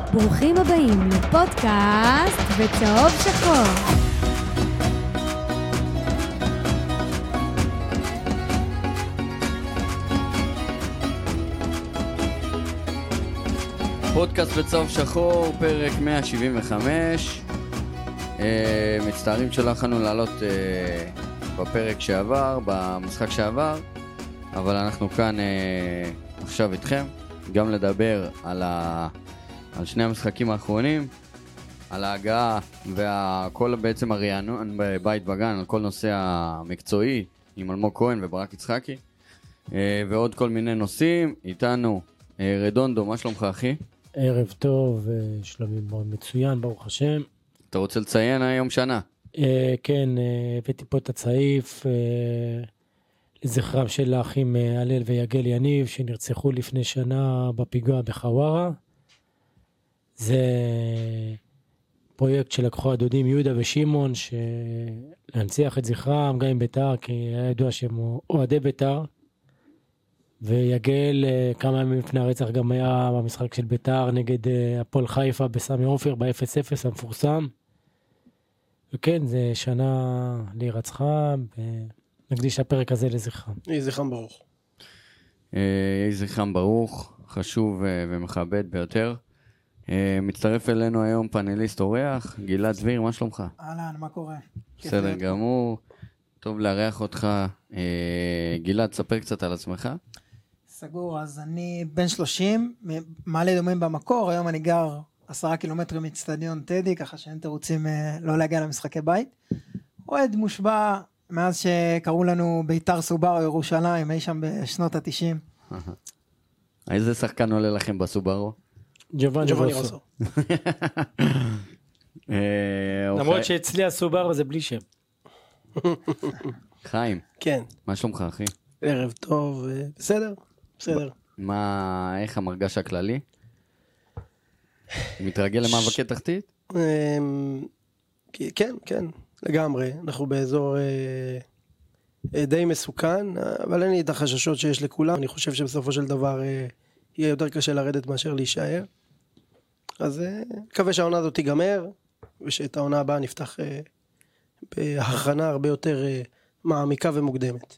ברוכים הבאים לפודקאסט בצהוב שחור. פודקאסט בצהוב שחור, פרק 175. מצטערים שלא יכולנו לעלות בפרק שעבר, במשחק שעבר, אבל אנחנו כאן עכשיו איתכם, גם לדבר על שני המשחקים האחרונים, על ההגעה והכל בעצם הרענון בבית וגן, על כל נושא המקצועי עם אלמוג כהן וברק יצחקי, ועוד כל מיני נושאים. איתנו רדונדו, מה שלומך אחי? ערב טוב, שלומי מאוד מצוין, ברוך השם. אתה רוצה לציין היום שנה? כן, הבאתי פה את הצעיף לזכרם של האחים הלל ויגל יניב שנרצחו לפני שנה בפיגוע בחווארה. זה פרויקט שלקחו הדודים יהודה ושימון להנציח את זכרם גם עם ביתר, כי היה ידוע שהם אוהדי ביתר. ויגל כמה ימים לפני הרצח גם היה במשחק של ביתר נגד הפועל חיפה בסמי עופר ב-0-0 המפורסם. וכן, זה שנה להירצחם, ונקדיש הפרק הזה לזכרם. יהי זכרם ברוך. יהי זכרם ברוך, חשוב ומכבד ביותר. מצטרף אלינו היום פאנליסט אורח, גלעד דביר, מה שלומך? אהלן, מה קורה? בסדר גמור, טוב לארח אותך. גלעד, ספר קצת על עצמך. סגור, אז אני בן 30, מעלה אדומים במקור, היום אני גר 10 קילומטרים מצטדיון טדי, ככה שאין תירוצים לא להגיע למשחקי בית. אוהד מושבע מאז שקראו לנו ביתר סובארו ירושלים, אי שם בשנות ה-90. איזה שחקן עולה לכם בסובארו? ג'ובאני רוסו. למרות שאצלי הסובארו זה בלי שם. חיים. כן. מה שלומך אחי? ערב טוב, בסדר. איך המרגש הכללי? מתרגל למאבקי תחתית? כן, לגמרי. אנחנו באזור די מסוכן, אבל אין לי את החששות שיש לכולם. אני חושב שבסופו של דבר יהיה יותר קשה לרדת מאשר להישאר. אז מקווה שהעונה הזאת תיגמר, ושאת העונה הבאה נפתח בהכנה הרבה יותר מעמיקה ומוקדמת.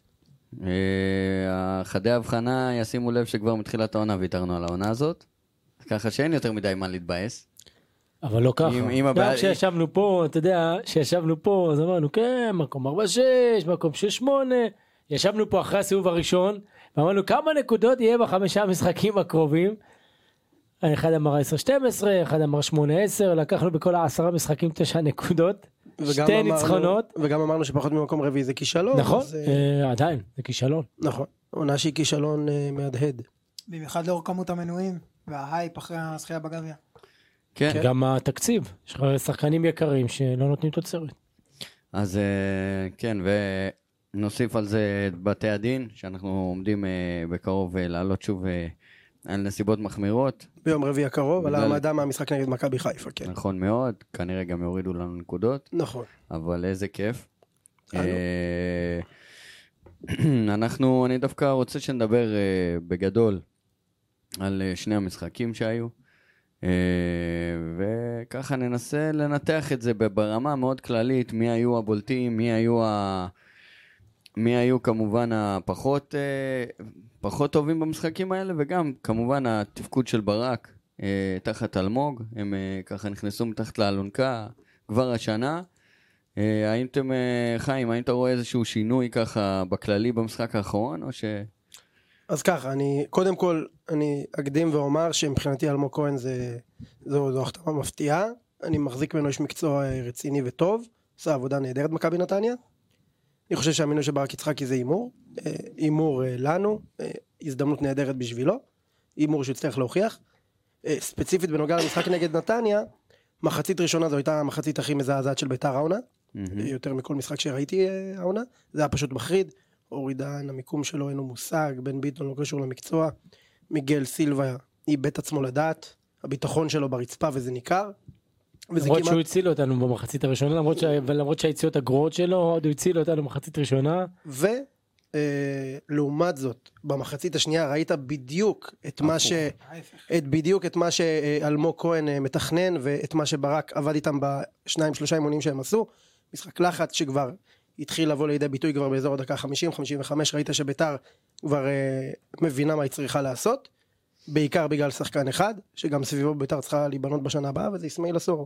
חדי ההבחנה ישימו לב שכבר מתחילת העונה ויתרנו על העונה הזאת, ככה שאין יותר מדי מה להתבאס. אבל לא ככה. גם כשישבנו פה, אתה יודע, כשישבנו פה, אז אמרנו, כן, מקום 4-6, מקום 6-8, ישבנו פה אחרי הסיבוב הראשון, ואמרנו כמה נקודות יהיה ב5 המשחקים הקרובים. אחד אמר 10-12, אחד אמר 8-10, לקחנו בכל 10 משחקים 9 נקודות. שתי ניצחונות. וגם אמרנו שפחות ממקום רביעי זה כישלון. נכון, עדיין, זה כישלון. נכון, עונה שהיא כישלון מהדהד. במיוחד לאור כמות המנויים, וההייפ אחרי הזכייה בגביע. כן. גם התקציב, יש שחקנים יקרים שלא נותנים תוצרת. אז כן, ונוסיף על זה את בתי הדין, שאנחנו עומדים בקרוב לעלות שוב על נסיבות מחמירות. ביום רביעי הקרוב, על העמדה מהמשחק נגד מכבי חיפה, כן. נכון מאוד, כנראה גם יורידו לנו נקודות. נכון. אבל איזה כיף. אני דווקא רוצה שנדבר בגדול על שני המשחקים שהיו, וככה ננסה לנתח את זה ברמה מאוד כללית, מי היו הבולטים, מי היו כמובן הפחות טובים במשחקים האלה, וגם כמובן התפקוד של ברק תחת אלמוג, הם ככה נכנסו מתחת לאלונקה כבר השנה. האם חיים, האם אתה רואה איזשהו שינוי ככה בכללי במשחק האחרון, או ש... אז ככה, קודם כל אני אקדים ואומר שמבחינתי אלמוג כהן זו החתמה מפתיעה, אני מחזיק ממנו איש מקצוע רציני וטוב, עושה עבודה נהדרת מכבי נתניה. אני חושב שהמינוי של ברק יצחקי זה אימור לנו, הזדמנות נהדרת בשבילו, אימור שהצליח להוכיח. ספציפית בנוגע למשחק נגד נתניה, מחצית ראשונה זו הייתה המחצית הכי מזעזעת של ביתר העונה, יותר מכל משחק שראיתי העונה, זה היה פשוט מחריד, אורידן, המיקום שלו אין לו מושג, בן ביטון לא קשור למקצוע, מיגל סילבה איבד את עצמו לדעת, הביטחון שלו ברצפה וזה ניכר. למרות שהוא הציל אותנו במחצית הראשונה, למרות שהציעו את הגרועות שלו, הוא הציל אותנו במחצית ראשונה. לעומת זאת, במחצית השנייה ראית בדיוק את מה שאלמוג כהן מתכנן, ואת מה שברק עבד איתם בשניים שלושה אימונים שהם עשו, משחק לחץ שכבר התחיל לבוא לידי ביטוי כבר באזור הדקה 50-55, ראית שביתר כבר מבינה מה היא צריכה לעשות, בעיקר בגלל שחקן אחד, שגם סביבו ביתר צריכה להיבנות בשנה הבאה, וזה אסמאעיל אסורו.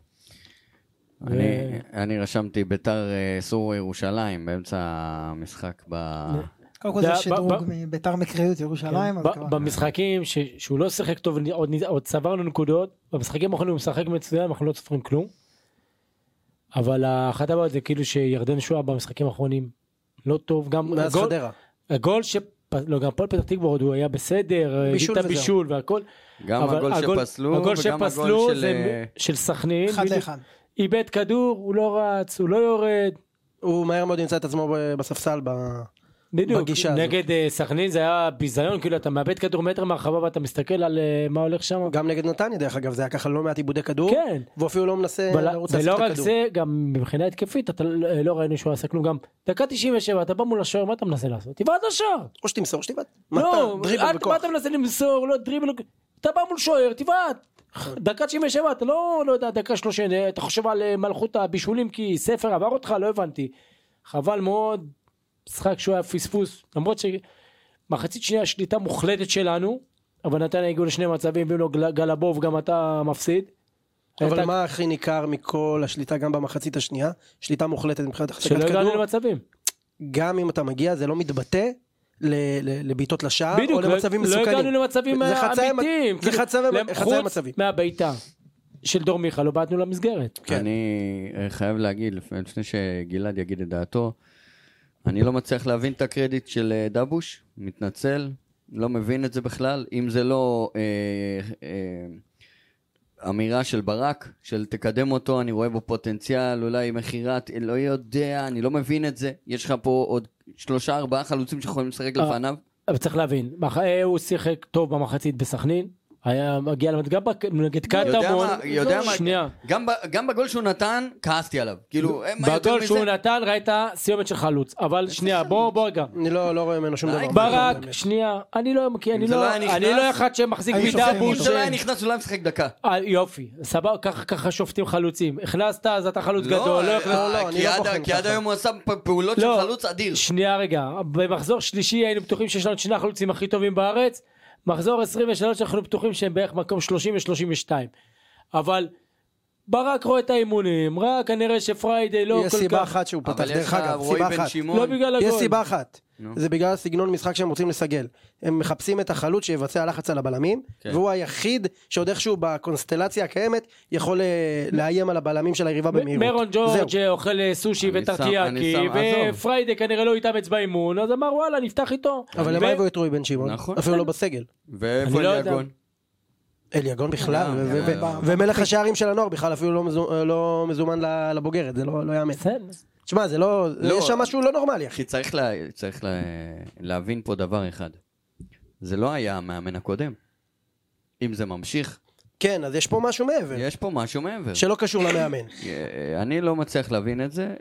אני רשמתי ביתר סורו ירושלים באמצע המשחק. קודם כל זה שדרוג מביתר מקריות ירושלים. במשחקים שהוא לא שיחק טוב, עוד צברנו נקודות, במשחקים האחרונים הוא משחק מצוין, אנחנו לא צופרים כלום. אבל אחת הבאות זה כאילו שירדן שועה במשחקים האחרונים לא טוב, גם הגול גם פועל פתח תקווה הוא היה בסדר, בישול והכל. גם הגול שפסלו וגם הגול של סכנין. אחד לאחד. איבד כדור, הוא לא רץ, הוא לא יורד. הוא מהר מאוד ימצא את עצמו בספסל בגישה הזאת. נגד סכנין זה היה ביזיון, כאילו אתה מאבד כדור מטר מהרחבה ואתה מסתכל על מה הולך שם. גם נגד נתניה דרך אגב, זה היה ככה לא מעט איבודי כדור, כן. ואפילו לא מנסה לרוץ לעשות את הכדור. ולא רק זה, גם מבחינה התקפית, אתה לא ראינו שהוא עשה כלום, גם דקה 97, אתה בא מול השוער, מה אתה מנסה לעשות? תיבד לשוער. או שתמסור, שתיבד. לא, מה אתה מנסה למסור, לא דריבל, אתה בא מול שוער, תיבד. דקה 97, אתה לא יודע, דקה 30, אתה חושב על מלכות הבישולים, כי ספר עבר אותך, לא הבנתי. חבל מאוד, משחק שהוא היה פספוס, למרות שמחצית שנייה שליטה מוחלטת שלנו, אבל נתניה הגיעו לשני מצבים, ואם לא גלבוב גם אתה מפסיד. אבל מה הכי ניכר מכל השליטה גם במחצית השנייה? שליטה מוחלטת מבחינת החזקת כדור. שלא הגענו למצבים. גם אם אתה מגיע, זה לא מתבטא לביטות לשער, או למצבים מסוכנים. לא הגענו למצבים אמיתיים. זה חצי המצבים. מהביתה של דור מיכה, לא באתנו למסגרת. אני חייב להגיד, לפני שגלעד יגיד את דעתו, אני לא מצליח להבין את הקרדיט של דבוש, מתנצל, לא מבין את זה בכלל, אם זה לא אמירה של ברק, של תקדם אותו, אני רואה בו פוטנציאל, אולי מחירת, לא יודע, אני לא מבין את זה, יש לך פה עוד 3-4 חלוצים שיכולים לשחק לפניו. אבל צריך להבין, הוא שיחק טוב במחצית בסכנין, היה מגיע גם נגד קטמון, שנייה. גם בגול שהוא נתן, כעסתי עליו. בגול שהוא נתן, ראית סיומת של חלוץ. אבל שנייה, בוא רגע. אני לא רואה ממנו שום דבר. ברק, שנייה, אני לא אחד שמחזיק מדבוש. זה לא היה נכנס, אולי משחק דקה. יופי, סבבה, ככה שופטים חלוצים. הכנסת, אז אתה חלוץ גדול. כי עד היום הוא עשה פעולות של חלוץ אדיר. שנייה רגע, במחזור שלישי היינו בטוחים שיש לנו שני החלוצים הכי טובים בארץ. מחזור 23 אנחנו פתוחים שהם בערך מקום 30 ו-32. אבל ברק רואה את האימונים, רק כנראה שפריידי לא כל כך... יש סיבה אחת שהוא פתח, דרך אגב, סיבה אחת. לא בגלל הגול. יש סיבה אחת. זה בגלל הסגנון משחק שהם רוצים לסגל. הם מחפשים את החלוץ שיבצע לחץ על הבלמים, והוא היחיד שעוד איכשהו בקונסטלציה הקיימת יכול לאיים על הבלמים של היריבה במהירות. מרון ג'ורג' אוכל סושי וטרקיאקי, ופריידי כנראה לא התאמץ באימון, אז אמר וואלה נפתח איתו. אבל למה הבאו את רועי בן שמעון? אפילו לא בסגל. ואיפה אליגון? אליגון בכלל, ומלך השערים של הנוער בכלל אפילו לא מזומן לבוגרת, זה לא יאמן. תשמע, זה לא, יש שם משהו לא נורמלי, אחי. כי צריך להבין פה דבר אחד. זה לא היה המאמן הקודם. אם זה ממשיך. כן, אז יש פה משהו מעבר. יש פה משהו מעבר. שלא קשור למאמן. אני לא מצליח להבין את זה,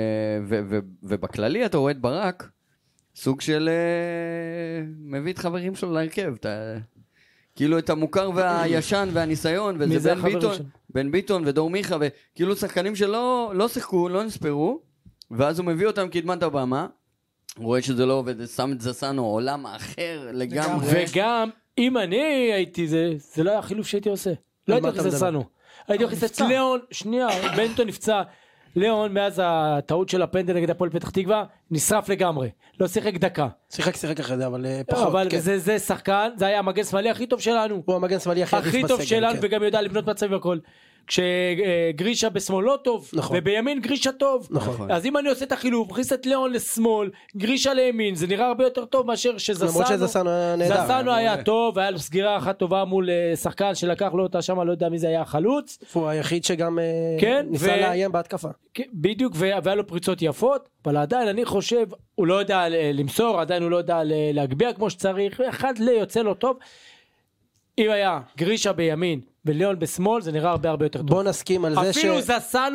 ובכללי אתה רואה את ברק, סוג של מביא את חברים שלו להרכב, כאילו את המוכר והישן והניסיון, וזה בן ביטון ודור מיכה, וכאילו שחקנים שלא שיחקו, לא נספרו, ואז הוא מביא אותם קדמת הבמה, רואה שזה לא עובד, שם את זסנו עולם אחר לגמרי. וגם אם אני הייתי זה לא היה חילוף שהייתי עושה. לא הייתי עושה זסנו. הייתי עושה את ליאון, שנייה, בן ביטון נפצע. ליאון מאז הטעות של הפנדל נגד הפועל פתח תקווה נשרף לגמרי, לא שיחק דקה. שיחק אחרי זה, אבל פחות. אבל זה שחקן, זה היה המגן שמאלי הכי טוב שלנו. הוא המגן שמאלי הכי טוב שלנו, וגם יודע לבנות מצבים והכל. כשגרישה בשמאל לא טוב, ובימין גרישה טוב. אז אם אני עושה את החילוף, מכניס את ליאון לשמאל, גרישה לימין, זה נראה הרבה יותר טוב מאשר זסנו היה טוב, והיה לו סגירה אחת טובה מול שחקן שלקח לו אותה שם, לא יודע מי זה היה החלוץ. הוא היחיד שגם ניסה לאיים בהתקפה. בדיוק, והיה לו פריצות יפות, אבל עדיין אני חושב, הוא לא יודע למסור, עדיין הוא לא יודע להגביע כמו שצריך, אחד יוצא לו טוב. אם היה גרישה בימין וליאון בשמאל, זה נראה הרבה יותר טוב. בוא נסכים על זה אפילו זסנו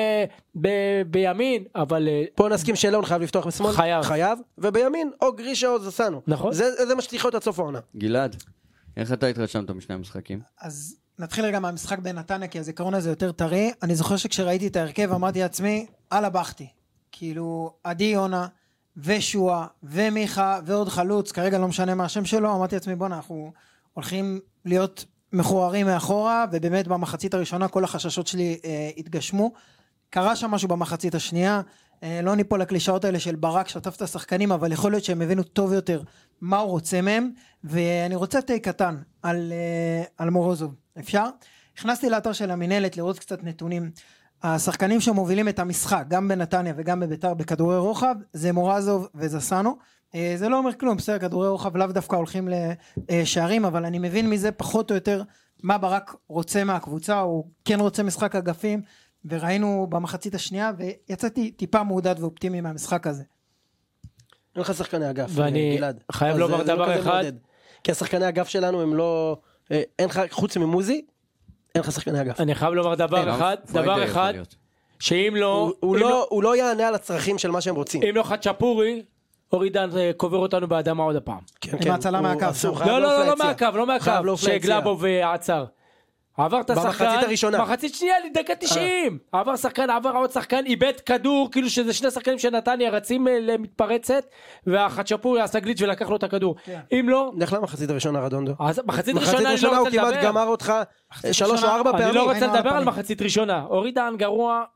בימין, אבל... בוא נסכים שליאון חייב לפתוח בשמאל. חייב. ובימין, או גרישה או זסנו. נכון. זה מה שצריך להיות עד סוף העונה. גלעד, איך אתה התרשמת משני המשחקים? אז נתחיל רגע מהמשחק בנתניה, כי הזיכרון הזה יותר טרי. אני זוכר שכשראיתי את ההרכב, אמרתי לעצמי, על הבחתי. כאילו, עדי יונה, ושועה, ומיכה, ועוד חלוץ, כרגע לא משנה מה השם שלו, אמרתי לעצמי, בוא, אנחנו הולכים להיות מכוערים מאחורה, ובאמת במחצית הראשונה כל החששות שלי התגשמו. קרה שם משהו במחצית השנייה, לא ניפול לקלישאות האלה של ברק שטף את השחקנים, אבל יכול להיות שהם הבינו טוב יותר מה הוא רוצה מהם, ואני רוצה תהי קטן על מורוזוב. אפשר? הכנסתי לאתר של המנהלת לראות קצת נתונים. השחקנים שמובילים את המשחק, גם בנתניה וגם בביתר בכדורי רוחב, זה מורוזוב וזסנו. זה לא אומר כלום, בסדר, כדורי רוחב לאו דווקא הולכים לשערים, אבל אני מבין מזה פחות או יותר מה ברק רוצה מהקבוצה, הוא כן רוצה משחק אגפים, וראינו במחצית השנייה, ויצאתי טיפה מעודד ואופטימי מהמשחק הזה. אין לך שחקני אגף, ואני חייב לומר דבר אחד. כי השחקני אגף שלנו הם לא, אין לך, חוץ ממוזי, אין לך שחקני אגף. אני חייב לומר דבר אחד, שאם לא... הוא לא יענה על הצרכים של מה שהם רוצים. אם לא חצ'פורי, אורידן קובר אותנו באדמה עוד הפעם. עם הצלה מהקו. לא מהקו, שגלבו ועצר. עבר את השחקן, במחצית הראשונה. מחצית שנייה, לדקה 90. עבר שחקן, עבר עוד שחקן, איבד כדור, כאילו שזה שני שחקנים של נתניה רצים למתפרצת, והחצ'פורי עשה גליץ' ולקח לו את הכדור. אם לא... לך למחצית הראשונה רדונדו. מחצית ראשונה אני לא רוצה לדבר. הוא כמעט גמר אותך 3 או 4 פעמים. אני לא רוצה לדבר על מחצית ראשונה. אורידן גרוע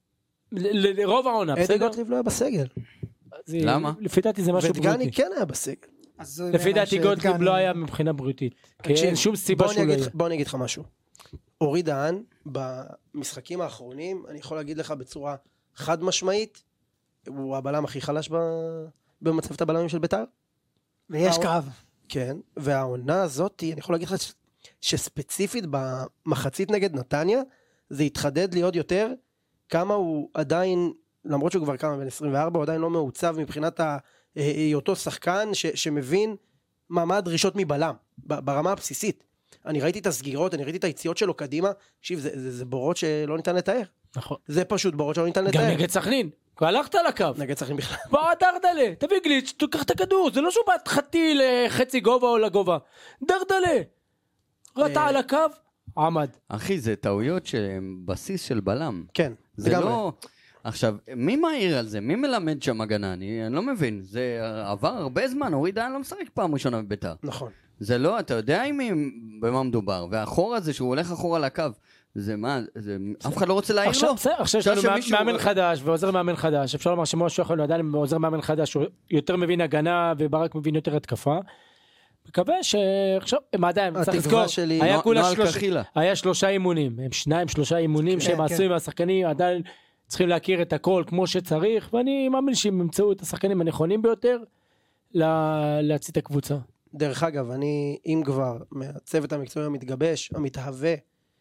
לרוב העונה. אדי גוטליב לא היה בסגל. למה? לפי דעתי זה משהו בריאותי. ודגני כן היה בסגל. לפי דעתי גוטליב לא היה מבחינה בריאותית. אין שום סיבה שהוא לא יהיה. בוא אני אגיד לך משהו. אורי דהן במשחקים האחרונים, אני יכול להגיד לך בצורה חד משמעית, הוא הבלם הכי חלש במצבת הבלמים של ביתר. ויש קרב. כן, והעונה הזאת, אני יכול להגיד לך שספציפית במחצית נגד נתניה, זה התחדד לי עוד יותר, כמה הוא עדיין, למרות שהוא כבר כמה בין 24, הוא עדיין לא מעוצב מבחינת היותו שחקן שמבין מה הדרישות מבלם, ברמה הבסיסית. אני ראיתי את הסגירות, אני ראיתי את היציאות שלו קדימה, תקשיב, זה בורות שלא ניתן לתאר. נכון. זה פשוט בורות שלא ניתן לתאר. גם נגד סכנין, הלכת לקו. נגד סכנין בכלל. בוא דרדלה, תביא גליץ', תיקח את הכדור, זה לא שהוא באת חטי לחצי גובה או לגובה. דרדלה, רטה על הקו, עמד. אחי, זה טעויות שהן בסיס של בלם. כן, זה לא... עכשיו, מי מעיר על זה? מי מלמד שם הגנה? אני לא מבין. זה עבר הרבה זמן, אורי דהן לא משחק פעם ראשונה בביתר. נכון. זה לא, אתה יודע במה מדובר, והאחור הזה שהוא הולך אחורה לקו, זה מה, אף אחד לא רוצה להעיר לו. עכשיו יש לנו מאמן חדש ועוזר מאמן חדש, אפשר לומר שמשהו יכול לדעת אם עוזר מאמן חדש, הוא יותר מבין הגנה וברק מבין יותר התקפה. מקווה שעכשיו, עדיין, צריך לזכור, היה 3 אימונים, הם 2-3 אימונים שהם עשו עם השחקנים, עדיין צריכים להכיר את הכל כמו שצריך, ואני מאמין שהם ימצאו את השחקנים הנכונים ביותר להציע את הקבוצה. דרך אגב, אני, אם כבר, מהצוות המקצועי המתגבש, המתהווה,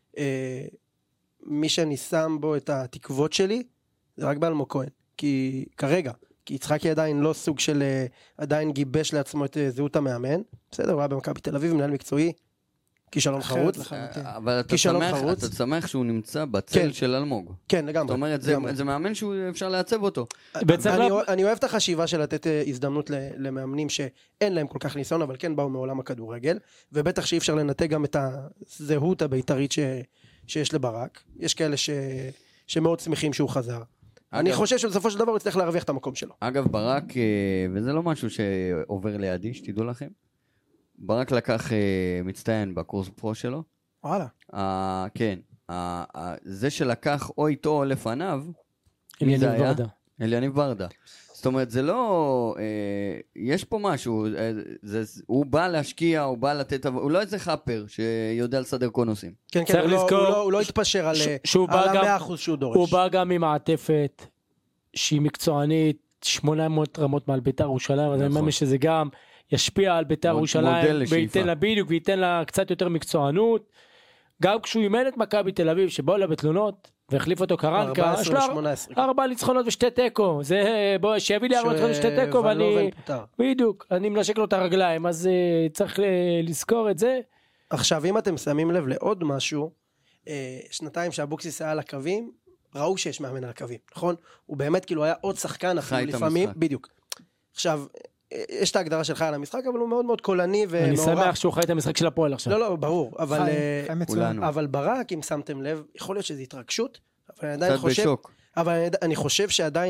מי שאני שם בו את התקוות שלי, זה רק באלמוג כהן. כי כרגע, כי יצחקי עדיין לא סוג של, עדיין גיבש לעצמו את זהות המאמן. בסדר, הוא היה במכבי תל אביב, מנהל מקצועי, כישלון חרוץ. אבל אתה שמח שהוא נמצא בצל של אלמוג. כן, לגמרי. זאת אומרת, זה מאמן שאפשר לעצב אותו. אני אוהב את החשיבה של לתת הזדמנות למאמנים שאין להם כל כך ניסיון, אבל כן באו מעולם הכדורגל, ובטח שאי אפשר לנתק גם את הזהות הבית"רית שיש לברק. יש כאלה שמאוד שמחים שהוא חזר. אני חושב שבסופו של דבר הוא יצטרך להרוויח את המקום שלו. אגב, ברק, וזה לא משהו שעובר לידי, שתדעו לכם, ברק לקח מצטיין בקורס פרו שלו. וואלה. כן. זה שלקח או איתו או לפניו, אליניב ברדה. זאת אומרת, זה לא... יש פה משהו, הוא בא להשקיע, הוא בא לתת... הוא לא איזה חפר שיודע לסדר קונוסים. כן, כן, הוא לא התפשר על 100% שהוא דורש. הוא בא גם עם מעטפת שהיא מקצוענית, 800 רמות מעל בית"ר ירושלים, אז אני מאמין שזה גם ישפיע על בית"ר ירושלים, וייתן לה קצת יותר מקצוענות. גם כשהוא אימן את מכבי תל אביב, שבאו לה בתלונות, והחליף אותו קרנקה, יש לו 4 ניצחונות ו2 תיקו, זה בוא, שיביא לי 4 ניצחונות ו2 תיקו, ואני, בדיוק, אני מנשק לו את הרגליים, אז צריך לזכור את זה, עכשיו, אם אתם שמים לב לעוד משהו, שנתיים שאבוקסיס היה על הקווים, ראו שיש מאמן על הקווים, נכון? הוא באמת כאילו היה עוד שחקן, אפילו לפעמים, בדיוק. עכשיו, יש את ההגדרה שלך על המשחק, אבל הוא מאוד מאוד קולני ומעורב. אני שמח שהוא חי את המשחק של הפועל עכשיו. לא, ברור, אבל ברק, אם שמתם לב, יכול להיות שזה התרגשות, אבל אני חושב שעדיין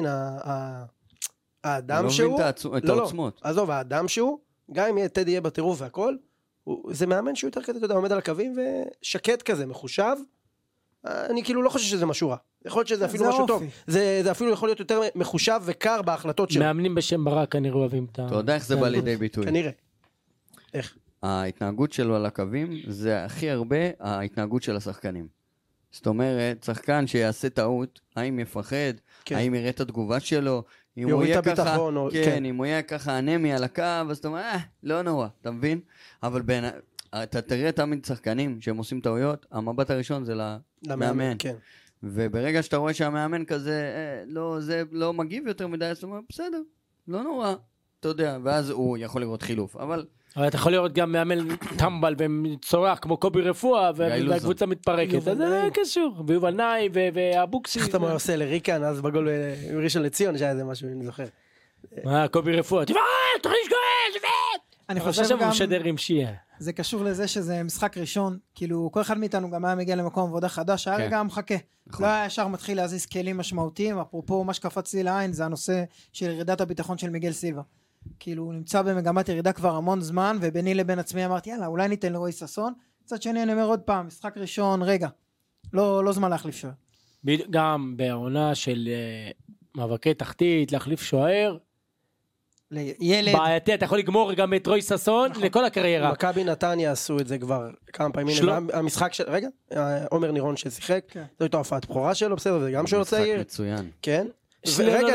האדם שהוא, עזוב, האדם שהוא, גם אם טדי יהיה בטירוף והכל, זה מאמן שהוא יותר כזה, אתה יודע, עומד על הקווים ושקט כזה, מחושב. אני כאילו לא חושב שזה משהו רע. יכול להיות שזה אפילו משהו טוב. זה אפילו יכול להיות יותר מחושב וקר בהחלטות שלו. מאמנים בשם ברק כנראה אוהבים את ה... אתה יודע איך זה בא לידי ביטוי. כנראה. איך? ההתנהגות שלו על הקווים זה הכי הרבה ההתנהגות של השחקנים. זאת אומרת, שחקן שיעשה טעות, האם יפחד, האם יראה את התגובה שלו, אם הוא יהיה ככה, כן, אם הוא יהיה ככה אנמי על הקו, אז אתה אומר, לא נורא, אתה מבין? אבל אתה תראה תמיד שחקנים שהם עושים טעויות, המבט הראשון זה למאמן. וברגע שאתה רואה שהמאמן כזה, זה לא מגיב יותר מדי, אז אתה אומר, בסדר, לא נורא, אתה יודע, ואז הוא יכול לראות חילוף, אבל אתה יכול לראות גם מאמן טמבל וצורח כמו קובי רפואה והקבוצה מתפרקת, אז זה קשור, ויובל נאי ואבוקסיס. איך אתה עושה לריקן אז בגול ראשון לציון שהיה איזה משהו, אני זוכר. קובי רפואה, תבעט, תכניס גול, תבעט. אני חושב גם, משדר עם שיעה. זה קשור לזה שזה משחק ראשון, כאילו כל אחד מאיתנו גם היה מגיע למקום עבודה חדש, היה רגע מחכה. לא היה ישר מתחיל להזיז כלים משמעותיים, אפרופו מה שקפץ לי לעין, זה הנושא של ירידת הביטחון של מיגל סילבה. כאילו הוא נמצא במגמת ירידה כבר המון זמן, וביני לבין עצמי אמרתי, יאללה, אולי ניתן לרועי ששון. קצת שני אני אומר עוד פעם, משחק ראשון, רגע, לא זמן להחליף שוער. גם בעונה של מאבקי תחתית, להחליף שוער, בעייתי, אתה יכול לגמור גם את רועי ששון לכל הקריירה. מכבי נתניה עשו את זה כבר כמה פעמים, המשחק של, רגע, עומר נירון ששיחק, זו הייתה הופעת בכורה שלו, בסדר, זה גם שוער צעיר. משחק מצוין. כן. רגע,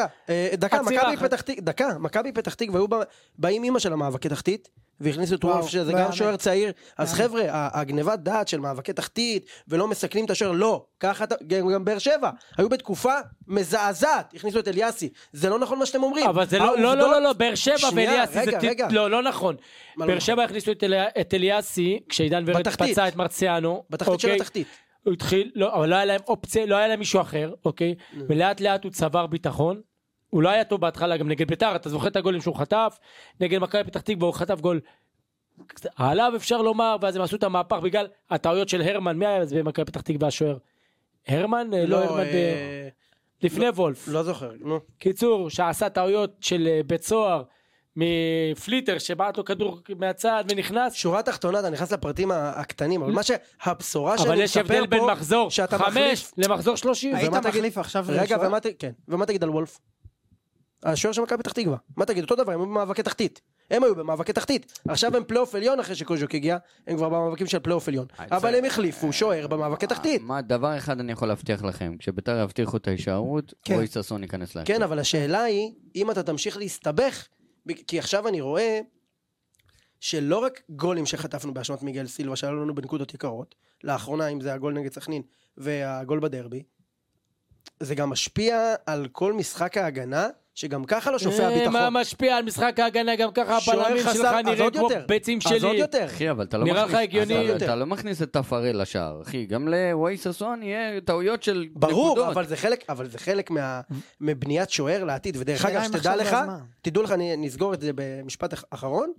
דקה, מכבי פתח תקווה, והיו באים אמא של המאבקי תחתית, והכניסו את וולף שזה גם שוער צעיר, אז חבר'ה, הגניבת דעת של מאבקי תחתית, ולא מסכנים את השוער, לא, ככה, גם באר שבע, היו בתקופה מזעזעת, הכניסו את אליאסי, זה לא נכון מה שאתם אומרים. אבל זה לא, באר שבע ואליאסי, לא נכון, באר שבע הכניסו את אליאסי, כשעידן ורד פצע את מרציאנו, בתחתית של התחתית. הוא התחיל, אבל לא היה להם אופציה, לא היה להם מישהו אחר, אוקיי? ולאט לאט הוא צבר ביטחון, הוא לא היה טוב בהתחלה, גם נגד בית"ר, אתה זוכר את הגולים שהוא חטף, נגד מכבי פתח תקווה הוא חטף גול, עליו אפשר לומר, ואז הם עשו את המהפך בגלל הטעויות של הרמן, מי היה במכבי פתח תקווה השוער? הרמן? לא הרמן לפני וולף. לא זוכר, נו. קיצור, שעשה טעויות של בית סוהר, מפליטר שבעט לו כדור מהצד ונכנס. שורה תחתונה, אתה נכנס לפרטים הקטנים, אבל מה שהבשורה שאני מספר פה, אבל יש הבדל בין מחזור 5 למחזור 30. היית מחליף עכשיו רגע, ומה תגיד על וולף? השוער של מכבי פתח תקווה. מה תגיד? אותו דבר, הם היו במאבקי תחתית. הם היו במאבקי תחתית. עכשיו הם פלייאוף עליון אחרי שקוז'וק הגיע, הם כבר במאבקים של פלייאוף עליון. אבל הם החליפו שוער במאבקי תחתית. דבר אחד אני יכול להבטיח לכם, כשבית"ר יבטיחו את ההישארות, רועי ששון ייכנס להרכב. כן, אבל השאלה היא, אם אתה תמשיך להסתבך, כי עכשיו אני רואה שלא רק גולים שחטפנו באשמת מיגל סילבה שעלו לנו בנקודות יקרות, לאחרונה אם זה הגול נגד סכנין והגול בדרבי, זה גם משפיע על כל משחק ההגנה, שגם ככה לא שופע ביטחון. מה משפיע על משחק ההגנה, גם ככה הפלמים שלך נראה כמו ביצים שלי. אז עוד יותר. אחי, אבל אתה לא מכניס את תפארל לשער, אחי, גם לרועי ששון יהיה טעויות של נקודות. ברור, אבל זה חלק מבניית שוער לעתיד, ודרך אגב, תדעו לך, אני נסגור את זה במשפט אחרון,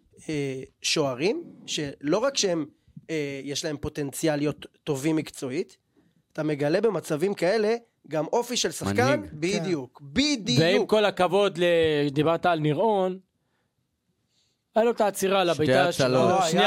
שוערים, שלא רק שהם, יש להם פוטנציאל להיות טובים מקצועית, אתה מגלה במצבים כאלה, גם אופי של שחקן, בדיוק. ועם כל הכבוד, דיברת על נירון, היה לו את העצירה על הביתה שלו.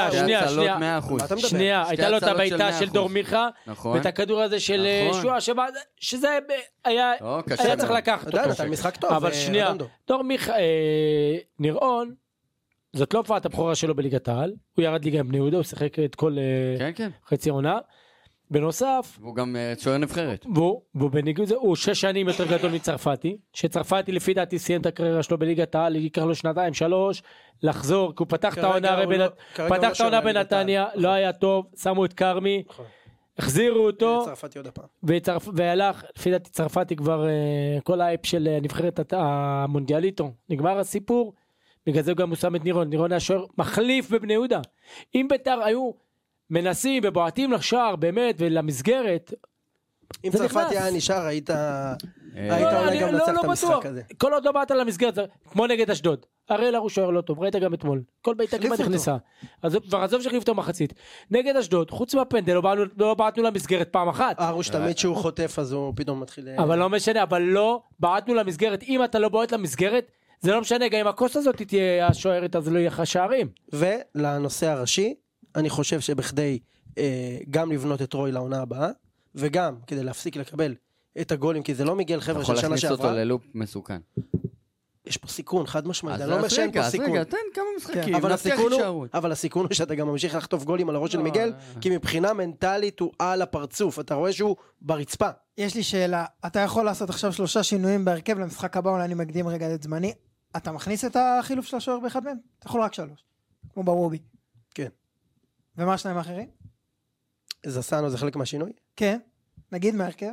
שנייה, הייתה לו את הביתה של דור מיכה, ואת הכדור הזה של שועה, שזה היה צריך לקחת אותו. אבל שנייה, דור מיכה, נירון, זאת לא הופעת הבכורה שלו בליגת העל, הוא ירד ליגה עם בני יהודה, הוא שיחק את כל חצי עונה, בנוסף, והוא גם שוער נבחרת. והוא בניגוד זה, הוא 6 שנים יותר גדול מצרפתי, שצרפתי לפי דעתי סיים את הקריירה שלו בליגת העל, ייקח לו 2-3, לחזור, כי הוא פתח את העונה בנתניה, לא היה טוב, שמו את קרמי, החזירו אותו, והלך, לפי דעתי צרפתי כבר, כל האפ של נבחרת המונדיאליטו, נגמר הסיפור, בגלל זה גם הוא שם את נירון. נירון היה שוער מחליף בבני יהודה. אם בית"ר היו מנסים ובועטים לשער באמת ולמסגרת, אם צרפתי היה נשאר, היית אולי גם נצח את המשחק הזה. כל עוד לא באת למסגרת, כמו נגד אשדוד. הראל הוא שוער לא טוב, ראית גם אתמול. כל בית"ר כמעט נכנסה. אז כבר עזוב שהחליף אותו מחצית. נגד אשדוד, חוץ מהפנדל, לא בעטנו למסגרת פעם אחת. הרוש תמיד שהוא חוטף, אז הוא פתאום מתחיל... אבל לא משנה, אבל לא בעטנו למסגרת. אם אתה לא בועט למסגרת, זה לא משנה, גם אם הכוס הזאת תהיה השוערת, אז לא יהיה לך שערים. ולנושא הראשי, אני חושב שבכדי גם לבנות את רוי לעונה הבאה, וגם כדי להפסיק לקבל את הגולים, כי זה לא מגיע לחבר'ה של שנה שעברה. יכול להכניס אותו ללופ מסוכן. יש פה סיכון, חד משמעית, אני לא אומר שאין פה סיכון. אז רגע, תן כמה משחקים, אבל הסיכון הוא שאתה גם ממשיך לחטוף גולים על הראש של מיגל, כי מבחינה מנטלית הוא על הפרצוף, אתה רואה שהוא ברצפה. יש לי שאלה, אתה יכול לעשות עכשיו 3 שינויים בהרכב למשחק הבא, אולי אני מקדים רגע את זמני, אתה מכניס את החילוף של השוער באחד מהם? אתה יכול רק 3, כמו ברובי. כן. ומה השניים האחרים? זסנו זה חלק מהשינוי? כן, נגיד מהרכב.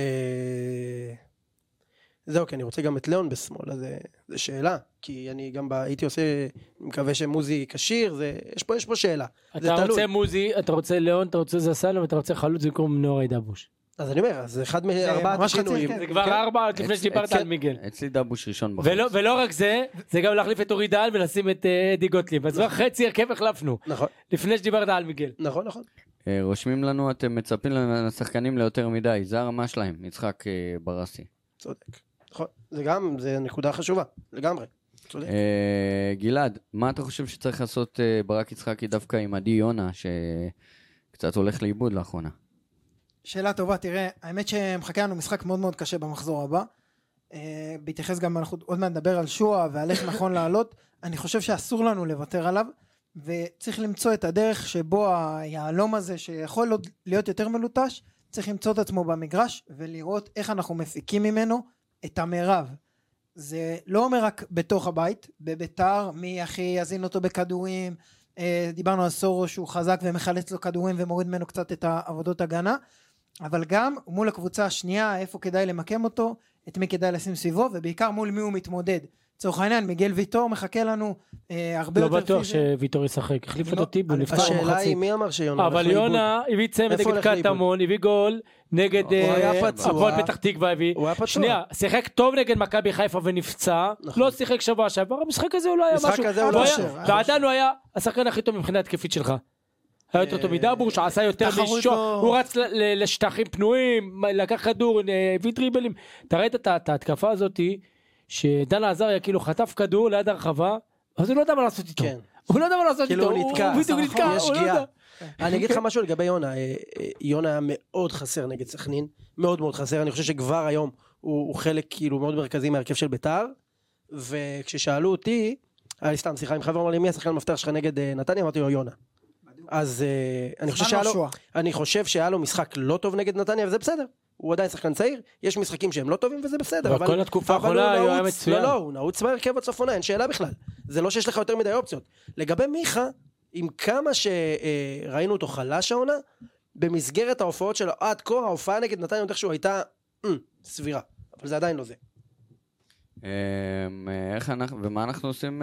זהו, כי אני רוצה גם את ליאון בשמאל, אז זה שאלה, כי אני גם הייתי עושה, מקווה שמוזי קשיר, יש פה שאלה. אתה רוצה מוזי, אתה רוצה ליאון, אתה רוצה זסנו, ואתה רוצה חלוץ במקום נורי דבוש. אז אני אומר, זה אחד מארבעת השינויים. זה כבר 4, לפני שדיברת על מיגל. אצלי דבוש ראשון בחוץ. ולא רק זה, זה גם להחליף את אורי דהן ולשים את אדי גוטליב. אז כבר חצי הרכב החלפנו. נכון. לפני שדיברת על מיגל. נכון. רושמים לנו, אתם מצפים לשחקנים ליותר מדי, זה הרמה שלהם, יצחק ברסי. צודק. נכון, זה נקודה חשובה, לגמרי. צודק. גלעד, מה אתה חושב שצריך לעשות ברק יצחקי דווקא עם עדי יונה, שקצת הולך לאיבוד לאחרונה? שאלה טובה, תראה, האמת שמחכה לנו משחק מאוד מאוד קשה במחזור הבא, בהתייחס גם, אנחנו עוד מעט נדבר על שואה ועל איך נכון לעלות, אני חושב שאסור לנו לוותר עליו, וצריך למצוא את הדרך שבו היעלום הזה, שיכול להיות יותר מלוטש, צריך למצוא את עצמו במגרש, ולראות איך אנחנו מפיקים ממנו את המרב. זה לא אומר רק בתוך הבית, בביתר, מי הכי יזין אותו בכדורים, דיברנו על סורו שהוא חזק ומחלץ לו כדורים ומוריד ממנו קצת את העבודות הגנה, אבל גם מול הקבוצה השנייה, איפה כדאי למקם אותו, את מי כדאי לשים סביבו, ובעיקר מול מי הוא מתמודד. לצורך העניין, מיגל ויטור מחכה לנו הרבה יותר פיזי. לא בטוח שוויטור ישחק, החליף אותו טיבו, נפתח במחצית. השאלה היא מי אמר שיונה אבל יונה הביא צמד נגד קטמון, הביא גול נגד הפועל פתח תקווה, שנייה, שיחק טוב נגד מכבי חיפה ונפצע, לא שיחק שבוע שעבר, המשחק הזה הוא לא היה משהו, ועדיין הוא היה השחקן הכי טוב מבחינה התקפית שלך. היה יותר טוב מדבור, שעשה יותר משהו, הוא רץ לשטחים פנויים, לקח כדור, הביא דריבלים. אתה ראית את ההתקפה הזאת, שדן עזריה כאילו חטף כדור ליד הרחבה, אז הוא לא יודע מה לעשות איתו. הוא לא יודע מה לעשות איתו, הוא בדיוק נתקע, הוא לא יודע. אני אגיד לך משהו לגבי יונה, יונה היה מאוד חסר נגד סכנין, מאוד מאוד חסר, אני חושב שכבר היום הוא חלק כאילו מאוד מרכזי מהרכב של ביתר, וכששאלו אותי, היה לי סתם שיחה עם חבר, אמר לי מי השחקן המפתח שלך נגד נתניה, אמרתי לו יונה. אז אני חושב שהיה לו משחק לא טוב נגד נתניה, וזה בסדר. הוא עדיין שחקן צעיר, יש משחקים שהם לא טובים וזה בסדר. אבל כל התקופה האחרונה הוא היה מצוין. לא, הוא נעוץ בהרכב הצפונה, אין שאלה בכלל. זה לא שיש לך יותר מדי אופציות. לגבי מיכה, עם כמה שראינו אותו חלש העונה, במסגרת ההופעות שלו, עד כה ההופעה נגד נתניה יותר שהוא הייתה סבירה, אבל זה עדיין לא זה. ומה אנחנו עושים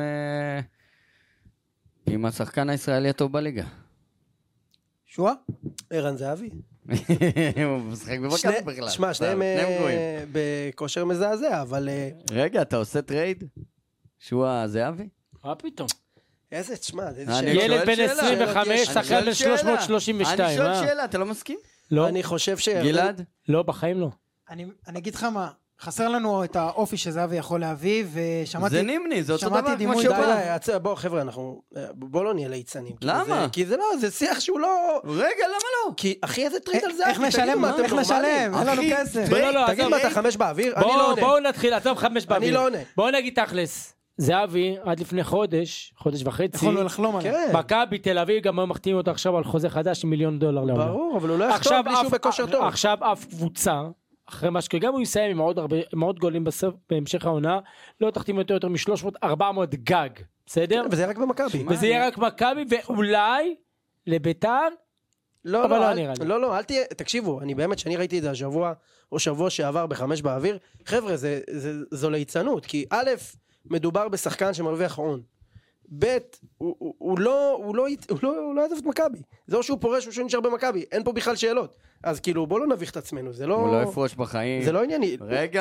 עם השחקן הישראלי הטוב בליגה? שואה? ערן זהבי. הוא משחק במכבי בכלל. שמע, שניהם בכושר מזעזע, אבל... רגע, אתה עושה טרייד? שואה זהבי? מה פתאום? איזה, תשמע, ילד בן 25, שחקן בן 332. אני שואל שאלה, אתה לא מסכים? לא. אני חושב גלעד? לא, בחיים לא. אני אגיד לך מה, חסר לנו את האופי שזהבי יכול להביא, ושמעתי... זה נימני, זה אותו דבר כמו שבא. בואו חבר'ה, בואו לא נהיה ליצנים. למה? כי זה לא, זה שיח שהוא לא... רגע, למה לא? כי אחי, איזה טריד על זהבי? איך נשלם? אין לנו כסף. תגיד מה, אתה 5 באוויר? אני לא עונה. בואו נתחיל, עזוב 5 באוויר. אני לא עונה. בואו נגיד תכלס. זהבי, עד לפני חודש וחצי, יכולנו לחלום עליו. מכבי תל אביב גם מחתימים אותו עכשיו על חוזה חדש $1 מיליון לעונה. ברור, אבל הוא לא יחתום בלי שהוא בכושר טוב. עכשיו אף קבוצה, אחרי מה שגם הוא יסיים עם עוד גולים בהמשך העונה, לא תחתים יותר מ-300-400 גג, בסדר? וזה רק במכבי. וזה יהיה רק מכבי, ואולי לביתר, לא, אל תהיה, תקשיבו, אני באמת, שאני ראיתי את זה השבוע, או שבוע שעבר ב5 באוויר, חבר'ה, זו ליצנות, כי א', מדובר בשחקן שמרוויח הון, ב' הוא לא יעזב את מכבי. זה או שהוא פורש או שהוא נשאר במכבי. אין פה בכלל שאלות. אז כאילו בוא לא נביך את עצמנו. זה לא... הוא לא יפרוש בחיים. זה לא ענייני.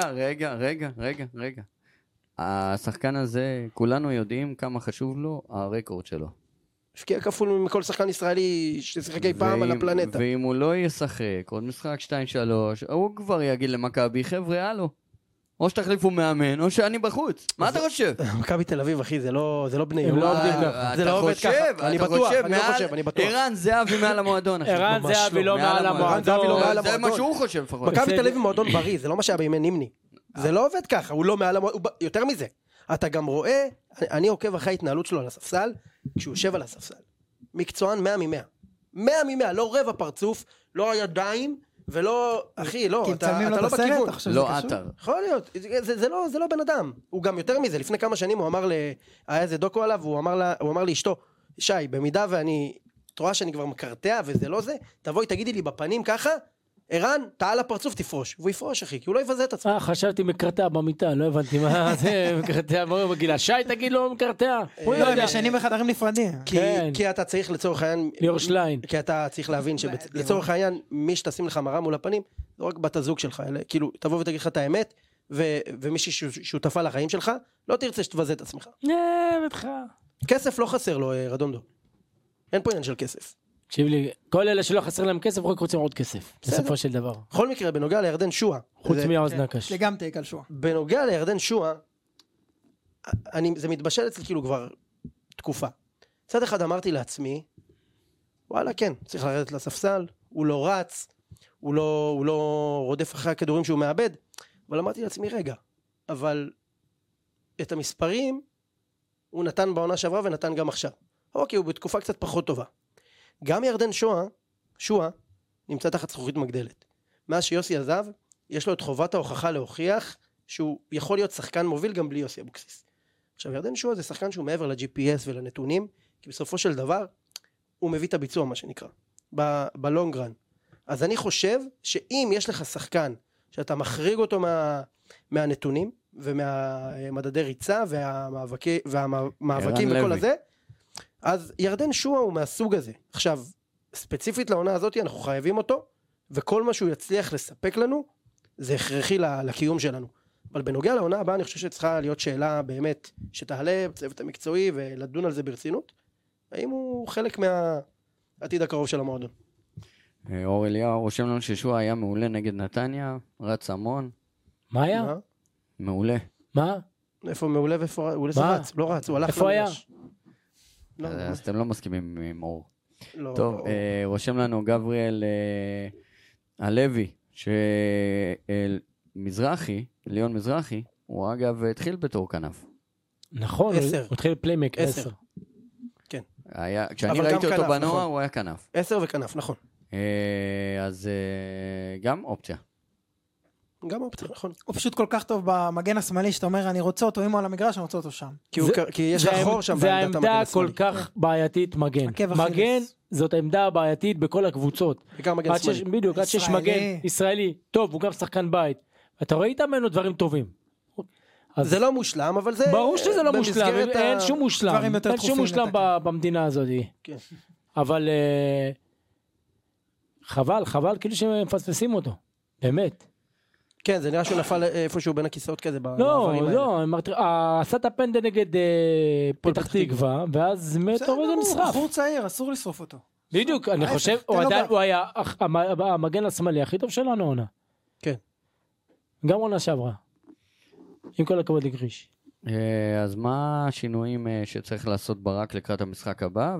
רגע. השחקן הזה, כולנו יודעים כמה חשוב לו הרקורד שלו. שקיע כפול מכל שחקן ישראלי ששיחק אי פעם על הפלנטה. ואם הוא לא ישחק עוד משחק 2-3, הוא כבר יגיד למכבי, חבר'ה, הלו. או שתחליפו מאמן, או שאני בחוץ. מה אתה חושב? מכבי תל אביב, אחי, זה לא בני הם יהודה. לא עובדים ככה. זה לא עובד ככה. אני בטוח, אני בטוח. ערן זהבי מעל המועדון. ערן זהבי לא מעל המועדון. זה מה שהוא חושב לפחות. מכבי תל אביב מועדון בריא, זה לא מה שהיה בימי נימני. זה לא עובד ככה, הוא לא מעל המועדון. יותר מזה, אתה גם רואה, אני עוקב אחרי ההתנהלות שלו על הספסל, כשהוא יושב על הספסל. מקצוען 100 מ-100. 100 מ-100, לא רבע פרצוף, לא הידיים, ולא, אחי, לא, אתה לא בכיוון. לא אתר. יכול להיות, זה לא בן אדם. הוא גם יותר מזה, לפני כמה שנים הוא אמר, היה איזה דוקו עליו, הוא אמר לאשתו, שי, במידה ואני, תרואה שאני כבר מקרטע וזה לא זה, תבואי תגידי לי בפנים ככה, ערן, תעל הפרצוף תפרוש. והוא יפרוש, אחי, כי הוא לא יבזה את עצמו. חשבתי מקרטע במיטה, לא הבנתי מה זה מקרטע, מה הוא בגילה? שי, תגיד לו מקרטע. לא, הם ישנים בחדרים נפרדים. כי אתה צריך לצורך העניין... ליאור שליין. כי אתה צריך להבין שלצורך העניין, מי שתשים לך מראה מול הפנים, זה רק בת הזוג שלך. כאילו, תבוא ותגיד לך את האמת, ומישהי שותפה לחיים שלך, לא תרצה שתבזה את עצמך. בטח. כסף לא חסר לו, רדונדו. אין פה עניין של כסף. תקשיב לי, כל אלה שלא חסר להם כסף, רק רוצים עוד כסף, בסופו של דבר. בכל מקרה, בנוגע לירדן שואה. חוץ מהעוז נקש. גם תיק על שואה. בנוגע לירדן שואה, זה מתבשל אצלי כאילו כבר תקופה. צד אחד אמרתי לעצמי, וואלה כן, צריך לרדת לספסל, הוא לא רץ, הוא לא רודף אחרי הכדורים שהוא מאבד, אבל אמרתי לעצמי, רגע, אבל את המספרים הוא נתן בעונה שעברה ונתן גם עכשיו. אוקיי, הוא בתקופה קצת פחות טובה. גם ירדן שואה נמצא תחת זכוכית מגדלת. מאז שיוסי עזב, יש לו את חובת ההוכחה להוכיח שהוא יכול להיות שחקן מוביל גם בלי יוסי אבוקסיס. עכשיו, ירדן שואה זה שחקן שהוא מעבר ל-GPS ולנתונים, כי בסופו של דבר הוא מביא את הביצוע, מה שנקרא, בלונגרן. אז אני חושב שאם יש לך שחקן שאתה מחריג אותו מהנתונים ומהמדדי ריצה והמאבקים וכל הזה, אז ירדן שואה הוא מהסוג הזה. עכשיו, ספציפית לעונה הזאת אנחנו חייבים אותו, וכל מה שהוא יצליח לספק לנו, זה הכרחי לקיום שלנו. אבל בנוגע לעונה הבאה, אני חושב שצריכה להיות שאלה באמת, שתעלה בצוות המקצועי, ולדון על זה ברצינות, האם הוא חלק מהעתיד הקרוב של המועדון. אור אליהו רושם לנו ששואה היה מעולה נגד נתניה, רץ המון. מה היה? מעולה. מה? איפה מעולה ואיפה הוא רץ? לא רץ, הוא הלך איפה היה? אז אתם לא מסכימים עם אור. לא. טוב, רושם לנו גבריאל הלוי, שמזרחי, ליאון מזרחי, הוא אגב התחיל בתור כנף. נכון, הוא התחיל פליימק 10. כן. כשאני ראיתי אותו בנוער, הוא היה כנף. 10 וכנף, נכון. אז גם אופציה. גם אופציה, נכון. הוא פשוט כל כך טוב במגן השמאלי, שאתה אומר, אני רוצה אותו, אם הוא על המגרש, אני רוצה אותו שם. כי יש חור שם בעמדת המגן השמאלי. זה העמדה כל כך בעייתית מגן. מגן זאת העמדה הבעייתית בכל הקבוצות. בעיקר מגן שמאלי. בדיוק, עד שיש מגן ישראלי טוב, הוא גם שחקן בית. אתה ראית ממנו דברים טובים. זה לא מושלם, אבל זה... ברור שזה לא מושלם, אין שום מושלם. אין שום מושלם במדינה הזאת. אבל חבל כאילו שמפספסים אותו. באמת. כן, זה נראה שהוא נפל איפשהו בין הכיסאות כזה. לא, עשה את הפנדל נגד פתח תקווה, ואז מטור זה נשרף. בחור צעיר, אסור לשרוף אותו. בדיוק, אני חושב, הוא היה המגן השמאלי הכי טוב שלנו עונה. כן. גם עונה שעברה. עם כל הכבוד לגריש. אז מה השינויים שצריך לעשות ברק לקראת המשחק הבא?